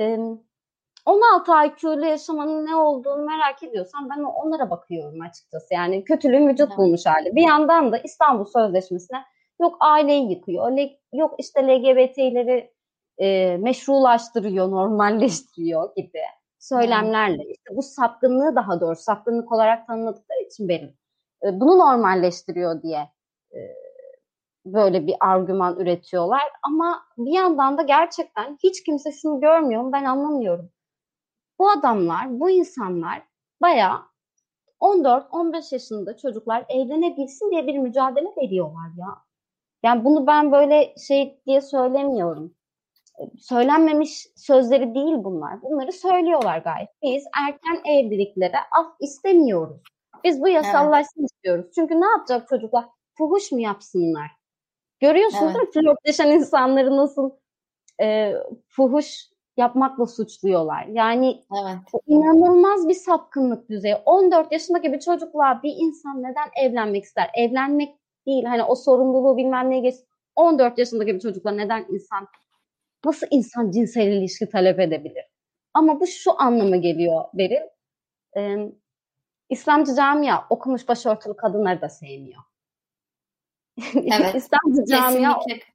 16 IQ'lu yaşamanın ne olduğunu merak ediyorsam ben onlara bakıyorum açıkçası. Yani kötülüğün vücut bulmuş hali. Bir yandan da İstanbul Sözleşmesi'ne yok aileyi yıkıyor, yok işte LGBT'leri meşrulaştırıyor, normalleştiriyor gibi söylemlerle. İşte bu sapkınlığı, daha doğrusu sapkınlık olarak tanımladıkları için benim bunu normalleştiriyor diye böyle bir argüman üretiyorlar. Ama bir yandan da gerçekten hiç kimse şunu görmüyor mu ben anlamıyorum. Bu adamlar, bu insanlar bayağı 14-15 yaşında çocuklar evlenebilsin diye bir mücadele veriyorlar ya. Yani bunu ben böyle şey diye söylemiyorum. Söylenmemiş sözleri değil bunlar. Bunları söylüyorlar gayet. Biz erken evliliklere istemiyoruz. Biz bu yasallaşsın istiyoruz. Çünkü ne yapacak çocuklar? Fuhuş mu yapsınlar? Görüyorsunuz değil mi? Flörtleşen insanları nasıl fuhuş yapmakla suçluyorlar. Yani inanılmaz bir sapkınlık düzeyi. 14 yaşındaki bir çocukla bir insan neden evlenmek ister? Evlenmek değil, hani o sorumluluğu bilmem neye geç. 14 yaşındaki bir çocukla nasıl insan cinsel ilişki talep edebilir? Ama bu şu anlama geliyor Beril. İslamcı camia okumuş başörtülü kadınları da sevmiyor. Evet. İslamcı camia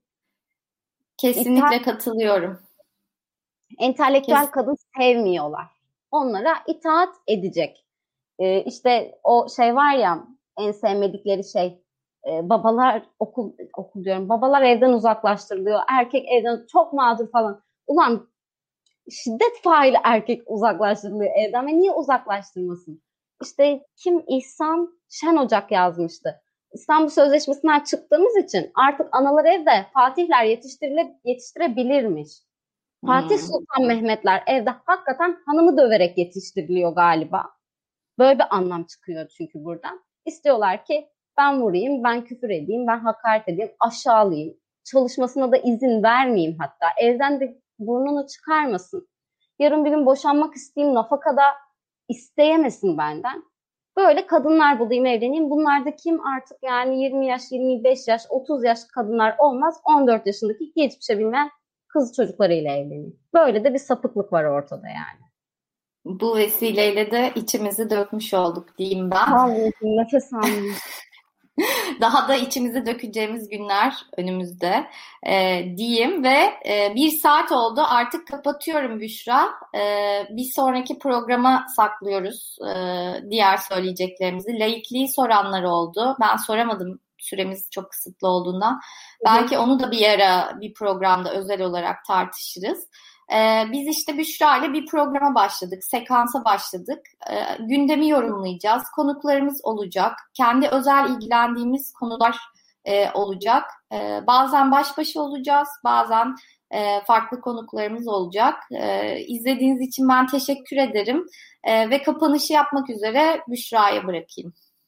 kesinlikle katılıyorum. Entelektüel kadın sevmiyorlar. Onlara itaat edecek. İşte o şey var ya, en sevmedikleri şey, babalar okul diyorum. Babalar evden uzaklaştırılıyor. Erkek evden çok mağdur falan. Ulan şiddet faili erkek uzaklaştırılıyor evden ve niye uzaklaştırmasın? İşte İhsan Şen Ocak yazmıştı. İstanbul Sözleşmesi'nden çıktığımız için artık analar evde Fatihler yetiştirebilirmiş. Fatih Sultan Mehmetler evde hakikaten hanımı döverek yetiştiriliyor galiba. Böyle bir anlam çıkıyor çünkü buradan. İstiyorlar ki ben vurayım, ben küfür edeyim, ben hakaret edeyim, aşağılayayım. Çalışmasına da izin vermeyeyim hatta. Evden de burnunu çıkarmasın. Yarın bir gün boşanmak isteyeyim, nafaka da isteyemesin benden. Böyle kadınlar bulayım, evleneyim. Bunlar da kim artık, yani 20 yaş, 25 yaş, 30 yaş kadınlar olmaz. 14 yaşındaki hiçbir şey bilmeyen kız çocuklarıyla evleniyor. Böyle de bir sapıklık var ortada yani. Bu vesileyle de içimizi dökmüş olduk diyeyim ben. Vallahi nefes almayayım. Daha da içimizi dökeceğimiz günler önümüzde diyeyim ve 1 saat oldu. Artık kapatıyorum Büşra. Bir sonraki programa saklıyoruz diğer söyleyeceklerimizi. Laikliği soranlar oldu. Ben soramadım, süremiz çok kısıtlı olduğundan. Belki onu da bir ara bir programda özel olarak tartışırız. Biz işte Büşra ile bir programa başladık, sekansa başladık. Gündemi yorumlayacağız, konuklarımız olacak, kendi özel ilgilendiğimiz konular olacak. Bazen baş başa olacağız, bazen farklı konuklarımız olacak. İzlediğiniz için ben teşekkür ederim ve kapanışı yapmak üzere Büşra'ya bırakayım.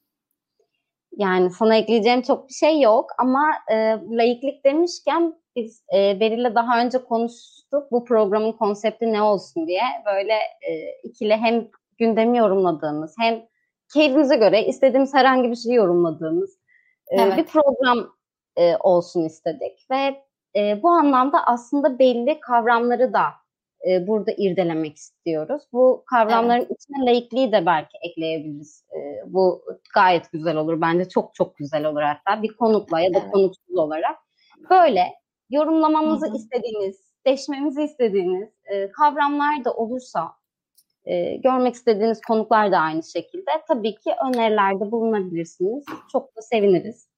Yani sana ekleyeceğim çok bir şey yok ama laiklik demişken biz Beril'le daha önce konuştuk bu programın konsepti ne olsun diye. Böyle ikili hem gündemi yorumladığımız hem keyfimize göre istediğimiz herhangi bir şeyi yorumladığımız bir program olsun istedik. Ve bu anlamda aslında belli kavramları da burada irdelemek istiyoruz. Bu kavramların içine laikliği de belki ekleyebiliriz. Bu gayet güzel olur. Bence çok çok güzel olur hatta. Bir konukla ya da konuksuz olarak. Böyle yorumlamamızı istediğiniz, deşmemizi istediğiniz kavramlar da olursa, görmek istediğiniz konuklar da aynı şekilde tabii ki önerilerde bulunabilirsiniz. Çok da seviniriz.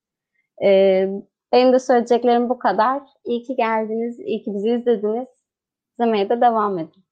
Benim de söyleyeceklerim bu kadar. İyi ki geldiniz, iyi ki bizi izlediniz. İzlemeye de devam edin.